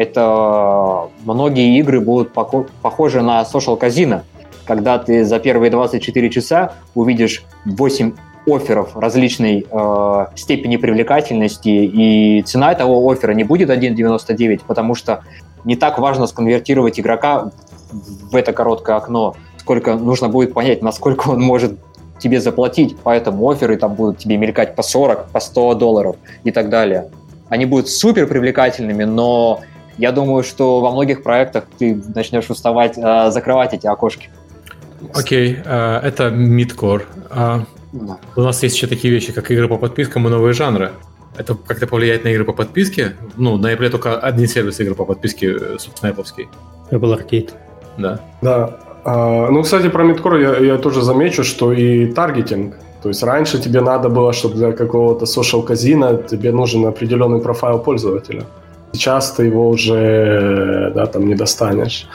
это многие игры будут поко- похожи на social казино, когда ты за первые двадцать четыре часа увидишь восемь офферов различной э, степени привлекательности, и цена этого оффера не будет один девяносто девять, потому что не так важно сконвертировать игрока в это короткое окно, сколько нужно будет понять, насколько он может тебе заплатить, поэтому офферы там будут тебе мелькать по сорок, по сто долларов и так далее. Они будут супер привлекательными, но я думаю, что во многих проектах ты начнешь уставать э, закрывать эти окошки. Окей, okay, uh, это mid-core. Uh, да. У нас есть еще такие вещи, как игры по подпискам и новые жанры. Это как-то повлияет на игры по подписке? Ну, на Apple только один сервис игр по подписке, собственно, Apple-ский. Apple Arcade. Да. Да. Uh, ну, кстати, про mid-core я, я тоже замечу, что и таргетинг. То есть раньше тебе надо было, чтобы для какого-то social казино тебе нужен определенный профайл пользователя. Сейчас ты его уже, да, там не достанешь.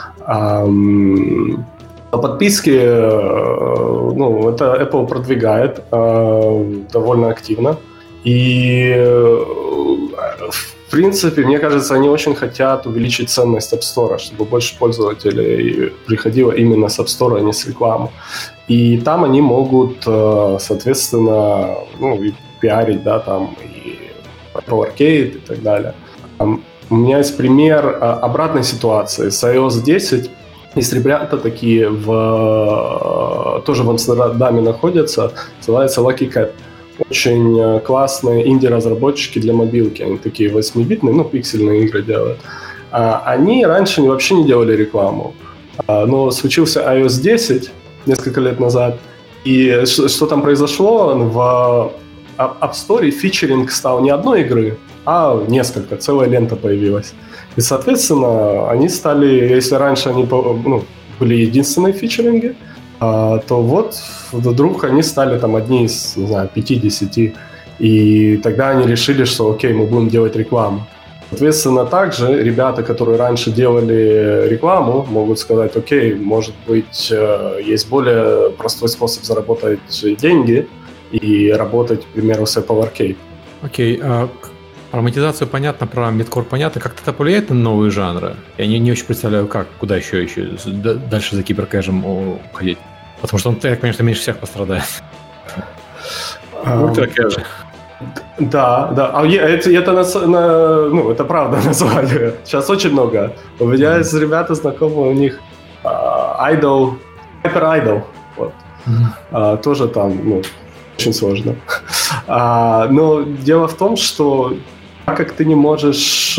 Um, Подписки, ну, это Apple продвигает э, довольно активно. И, в принципе, мне кажется, они очень хотят увеличить ценность App Store, чтобы больше пользователей приходило именно с App Store, а не с рекламы. И там они могут, соответственно, ну, и пиарить, да, там, и Apple Arcade и так далее. У меня есть пример обратной ситуации с ай о эс десять. Есть ребята такие, в, тоже в Амстердаме находятся, называется Lucky Cat. Очень классные инди-разработчики для мобилки. Они такие восьмибитные, ну, пиксельные игры делают. Они раньше вообще не делали рекламу. Но случился ай о эс десять несколько лет назад. И что, что там произошло? В App Store фичеринг стал не одной игры, а несколько, целая лента появилась. И, соответственно, они стали, если раньше они, ну, были единственные фичеринги, а, то вот вдруг они стали там одни из, не знаю, пятидесяти. И тогда они решили, что окей, мы будем делать рекламу. Соответственно, также ребята, которые раньше делали рекламу, могут сказать, окей, может быть, есть более простой способ заработать деньги и работать, к примеру, с Apple Arcade. Окей, а про монетизацию понятно, про мидкор понятно. Как это повлияет на новые жанры? Я не, не очень представляю, как, куда еще, еще дальше за киберкэшем уходить. Потому что он, конечно, меньше всех пострадает. Ультракэш. Да, да. А это, это, на, ну, это правда назвали. Сейчас очень много. У меня есть ребята знакомые, у них uh, Idol, Hyper Idol. Вот. Mm-hmm. Uh, тоже там, ну, очень сложно. uh, но дело в том, что так как ты не можешь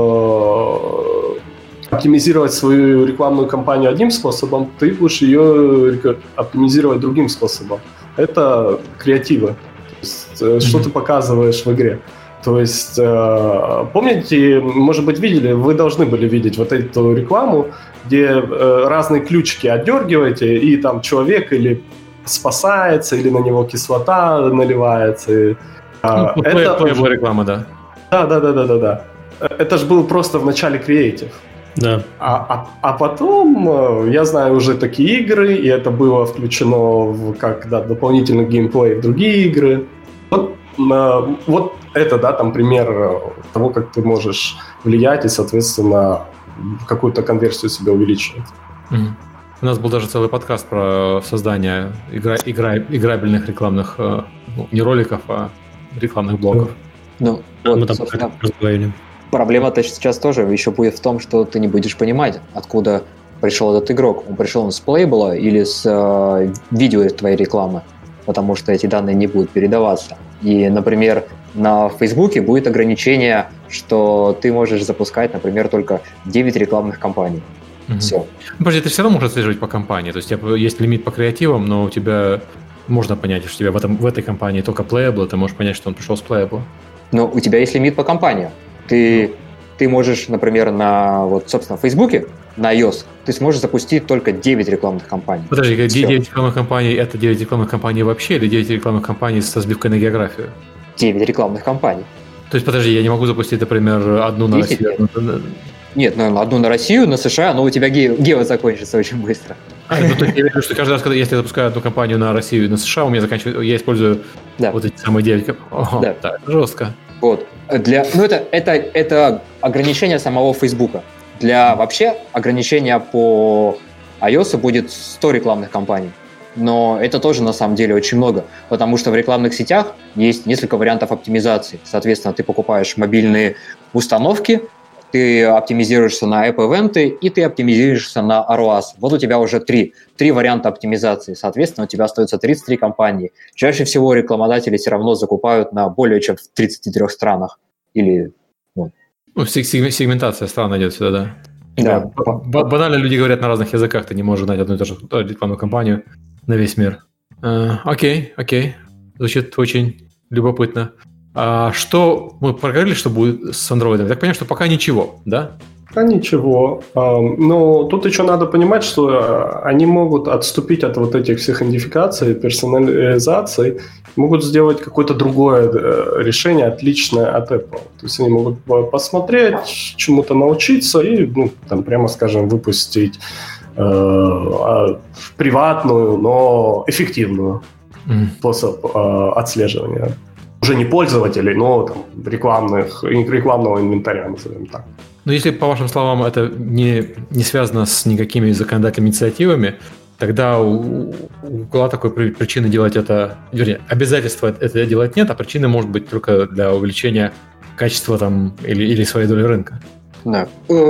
uh, оптимизировать свою рекламную кампанию одним способом, ты будешь ее оптимизировать другим способом. Это креативы. Mm-hmm. Что ты показываешь в игре. То есть, э, помните, может быть, видели, вы должны были видеть вот эту рекламу, где э, разные ключики отдергиваете, и там человек или спасается, или на него кислота наливается. И, э, ну, это твоя была реклама, да. Да, да, да, да, да, да. Это же был просто в начале креатив. Да. А, а, а потом, я знаю уже такие игры, и это было включено в, как да, дополнительный геймплей в другие игры. Вот, э, вот это, да, там пример того, как ты можешь влиять и, соответственно, какую-то конверсию себе увеличивать. Mm-hmm. У нас был даже целый подкаст про создание игра, игра, играбельных рекламных, ну, не роликов, а рекламных блоков. Ну, вот, мы там разговаривали. Проблема-то сейчас тоже еще будет в том, что ты не будешь понимать, откуда пришел этот игрок. Он пришел он с плейбла или с э, видео твоей рекламы. потому что эти данные не будут передаваться. И, например, на Фейсбуке будет ограничение, что ты можешь запускать, например, только девять рекламных кампаний. Угу. Все. Ну, подожди, ты все равно можешь отслеживать по компании. То есть у тебя есть лимит по креативам, но у тебя можно понять, что у тебя в, этом, в этой компании только Playable, ты можешь понять, что он пришел с Playable. Но у тебя есть лимит по компании. Ты, ну. ты можешь, например, на, вот, собственно, Фейсбуке, на iOS, ты сможешь запустить только девять рекламных кампаний. Подожди, девять рекламных кампаний, это девять рекламных кампаний вообще или девять рекламных кампаний со сбивкой на географию? девять рекламных кампаний. То есть, подожди, я не могу запустить, например, одну на Россию? Нет, одну... нет ну, одну на Россию, на США, но у тебя ге... гео закончится очень быстро. А, ну, то есть я вижу, что каждый раз, когда если я запускаю одну компанию на Россию и на США, у меня заканчивается, я использую да. вот эти самые девять кампаний. Да. Так, жестко. Вот. Для... Ну, это, это, это ограничение самого Фейсбука. Для вообще ограничения по iOS будет сто рекламных кампаний. Но это тоже на самом деле очень много, потому что в рекламных сетях есть несколько вариантов оптимизации. Соответственно, ты покупаешь мобильные установки, ты оптимизируешься на app-эвенты и ты оптимизируешься на ар о эс. Вот у тебя уже три, три варианта оптимизации. Соответственно, у тебя остается тридцать три компании. Чаще всего рекламодатели все равно закупают на более чем в тридцати трёх странах. Или... Ну, ну сегментация стран идет сюда, да? Да. да. Банально люди говорят на разных языках, ты не можешь знать одну и ту же рекламную кампанию на весь мир. А, окей, окей. Звучит очень любопытно. А что мы проговорили, что будет с Android? Я так понимаю, что пока ничего, да? Пока ничего. Но тут еще надо понимать, что они могут отступить от вот этих всех идентификаций, персонализаций, могут сделать какое-то другое решение, отличное от Apple. То есть они могут посмотреть, чему-то научиться и, ну, там, прямо скажем, выпустить э, приватную, но эффективную mm. способ э, отслеживания. Уже не пользователей, но там, рекламных, рекламного инвентаря, назовем так. Но если, по вашим словам, это не, не связано с никакими законодательными инициативами, тогда у, у Гугла такой причины делать это, вернее, обязательства это делать нет, а причина может быть только для увеличения качества там, или, или своей доли рынка. Да.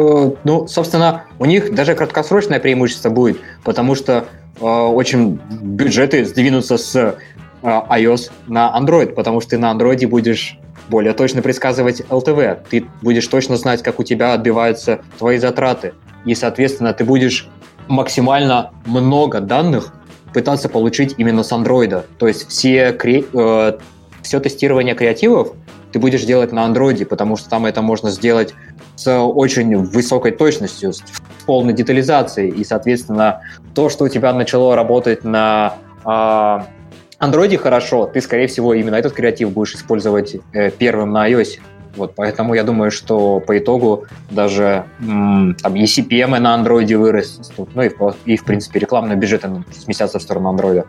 Ну, собственно, у них даже краткосрочное преимущество будет, потому что э, очень бюджеты сдвинутся с iOS на Android, потому что ты на Android будешь более точно предсказывать эл ти ви. Ты будешь точно знать, как у тебя отбиваются твои затраты. И, соответственно, ты будешь максимально много данных пытаться получить именно с Android. То есть все, кре... э, все тестирование креативов ты будешь делать на Android, потому что там это можно сделать с очень высокой точностью, с полной детализацией. И, соответственно, то, что у тебя начало работать на... Э, Android хорошо, ты, скорее всего, именно этот креатив будешь использовать э, первым на iOS. Вот, поэтому я думаю, что по итогу даже м, там, и си пи эм на Android вырастут, ну и, и, в принципе, рекламные бюджеты сместятся в сторону Android.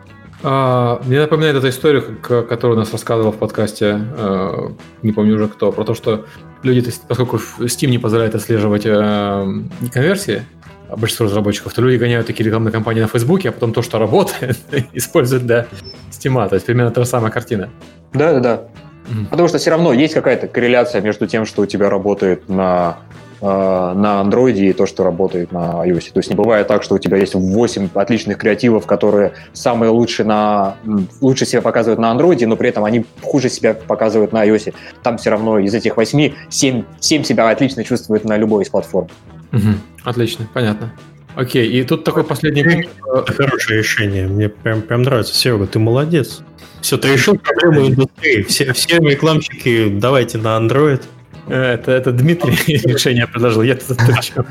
А, мне напоминает эта история, которую у нас рассказывал в подкасте, э, не помню уже кто, про то, что люди, поскольку Steam не позволяет отслеживать э, конверсии, большинство разработчиков, то люди гоняют такие рекламные кампании на Фейсбуке, а потом то, что работает, используют для Steam. То есть примерно та же самая картина. Да-да-да. Mm-hmm. Потому что все равно есть какая-то корреляция между тем, что у тебя работает на, э, на Android и то, что работает на iOS. То есть не бывает так, что у тебя есть восемь отличных креативов, которые самые лучшие на, лучше себя показывают на Android, но при этом они хуже себя показывают на iOS. Там все равно из этих восьми семь, семь себя отлично чувствуют на любой из платформ. Угу. Отлично, понятно. Окей, и тут такой последний пункт. Хорошее решение. Мне прям, прям нравится. Серега, ты молодец. Все, ты решил проблему индустрии. Все, все рекламщики, давайте на Android. Это, это Дмитрий решение предложил. Я тут отвечу.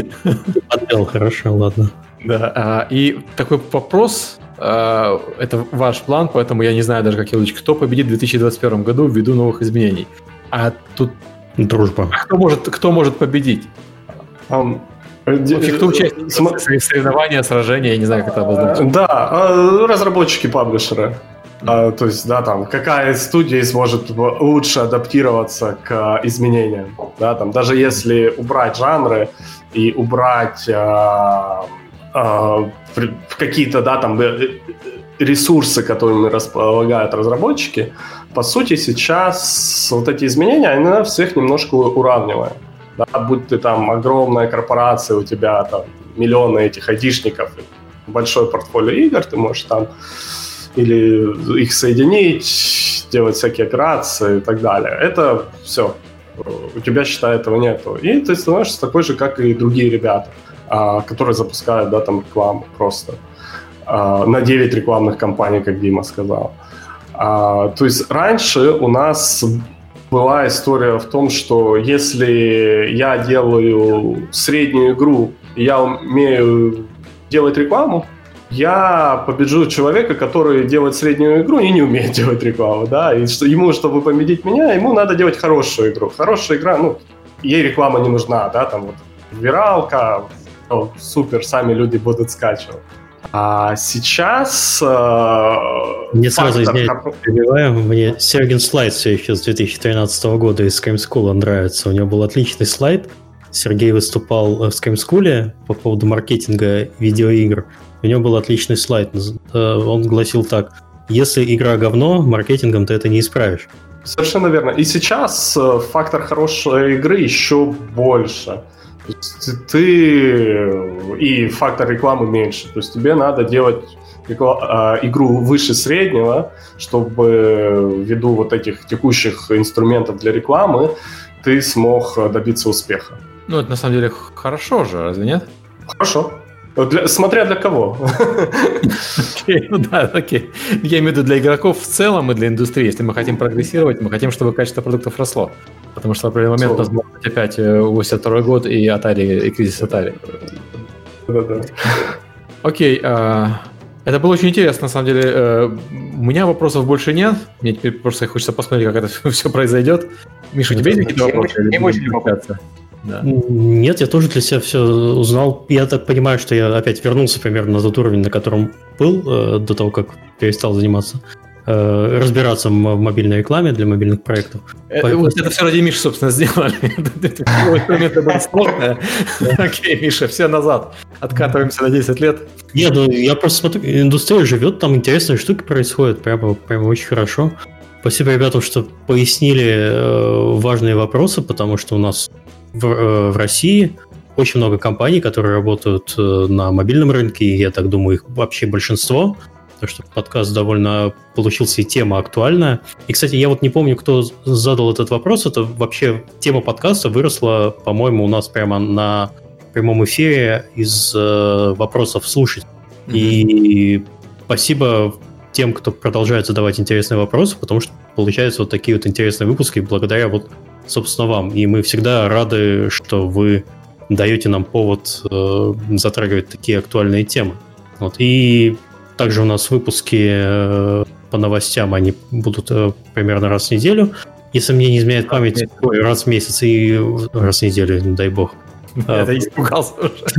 Отдел, хорошо, ладно. Да, и такой вопрос. Это ваш план, поэтому я не знаю даже, как я лучше. Кто победит в две тысячи двадцать первом году ввиду новых изменений? А тут... Дружба. Кто может, кто может победить? Um, Вообще, кто участвует в соревнования, сражения, я не знаю, как это обозначить. Да, разработчики, паблишеры. Mm-hmm. То есть, да, там, какая из студий сможет лучше адаптироваться к изменениям. Да, там, даже если убрать жанры и убрать а, а, какие-то, да, там, ресурсы, которыми располагают разработчики, по сути, сейчас вот эти изменения, они нас всех немножко уравнивают. Да, будь ты там огромная корпорация, у тебя там миллионы этих айдишников, большое портфолио игр, ты можешь там или их соединить, делать всякие операции и так далее. Это все. У тебя, считай, этого нету. И ты становишься такой же, как и другие ребята, которые запускают, да, там рекламу просто. На девять рекламных кампаний, как Дима сказал. То есть раньше у нас была история в том, что если я делаю среднюю игру, и я умею делать рекламу, я побежду человека, который делает среднюю игру и не умеет делать рекламу, да, и что ему, чтобы победить меня, ему надо делать хорошую игру. Хорошая игра, ну, ей реклама не нужна, да, там вот виралка, о, супер, сами люди будут скачивать. А сейчас... Э, мне сразу, извиняюсь, перебиваю, мне Сергин слайд все еще с две тысячи тринадцатого года из Scream School нравится. У него был отличный слайд. Сергей выступал в Scream School по поводу маркетинга видеоигр. У него был отличный слайд. Он гласил так: если игра говно, маркетингом ты это не исправишь. Совершенно верно. И сейчас фактор хорошей игры еще больше. То есть ты и фактор рекламы меньше. То есть тебе надо делать игру выше среднего, чтобы ввиду вот этих текущих инструментов для рекламы ты смог добиться успеха. Ну, это на самом деле хорошо же, разве нет? Хорошо. Для, смотря для кого. Окей, ну да, окей. Я имею в виду для игроков в целом и для индустрии. Если мы хотим прогрессировать, мы хотим, чтобы качество продуктов росло. Потому что в определенный момент у нас может быть опять восемьдесят второй год и Atari, и кризис Atari. Да-да. Окей, это было очень интересно, на самом деле. У меня вопросов больше нет. Мне теперь просто хочется посмотреть, как это все произойдет. Миша, у тебя есть какие-то вопросы? Да. Нет, я тоже для себя все узнал. Я так понимаю, что я опять вернулся примерно на тот уровень, на котором был э, до того, как перестал заниматься, э, разбираться в мобильной рекламе для мобильных проектов. Это, Поэтому... вот это все ради Миши, собственно, сделали. Это было сложно. Окей, Миша, все назад. Откатываемся на десять лет. Нет, ну я просто смотрю, индустрия живет, там интересные штуки происходят, прямо, прямо очень хорошо. Спасибо ребятам, что пояснили э, важные вопросы, потому что у нас в, э, в России очень много компаний, которые работают э, на мобильном рынке, и я так думаю, их вообще большинство, потому что подкаст довольно получился и тема актуальная. И, кстати, я вот не помню, кто задал этот вопрос, это вообще тема подкаста выросла, по-моему, у нас прямо на прямом эфире из э, вопросов слушателей. Mm-hmm. И спасибо тем, кто продолжает задавать интересные вопросы, потому что получаются вот такие вот интересные выпуски благодаря вот, собственно, вам. И мы всегда рады, что вы даете нам повод э, затрагивать такие актуальные темы. Вот. И также у нас выпуски э, по новостям, они будут э, примерно раз в неделю. Если мне не изменяет память, ой, раз в месяц и раз в неделю, дай бог. Я а, испугался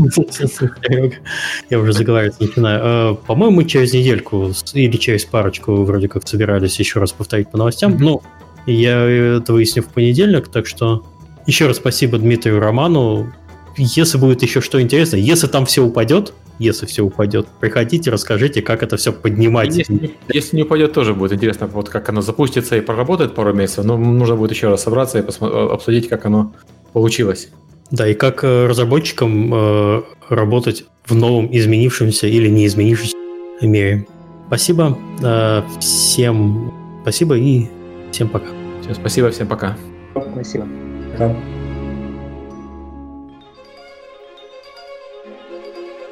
уже. Я уже заговаривать начинаю. По-моему, мы через недельку или через парочку вроде как собирались еще раз повторить по новостям. Ну, я это выясню в понедельник, так что еще раз спасибо Дмитрию Роману. Если будет еще что интересно, если там все упадет, если все упадет, приходите, расскажите, как это все поднимать. Если, если не упадет, тоже будет интересно, вот как оно запустится и проработает пару месяцев, но нужно будет еще раз собраться и посмотри, обсудить, как оно получилось. Да, и как разработчикам э, работать в новом изменившемся или не изменившемся мире. Спасибо. Э, всем спасибо и всем пока. Все, спасибо, всем пока. Спасибо. Пока.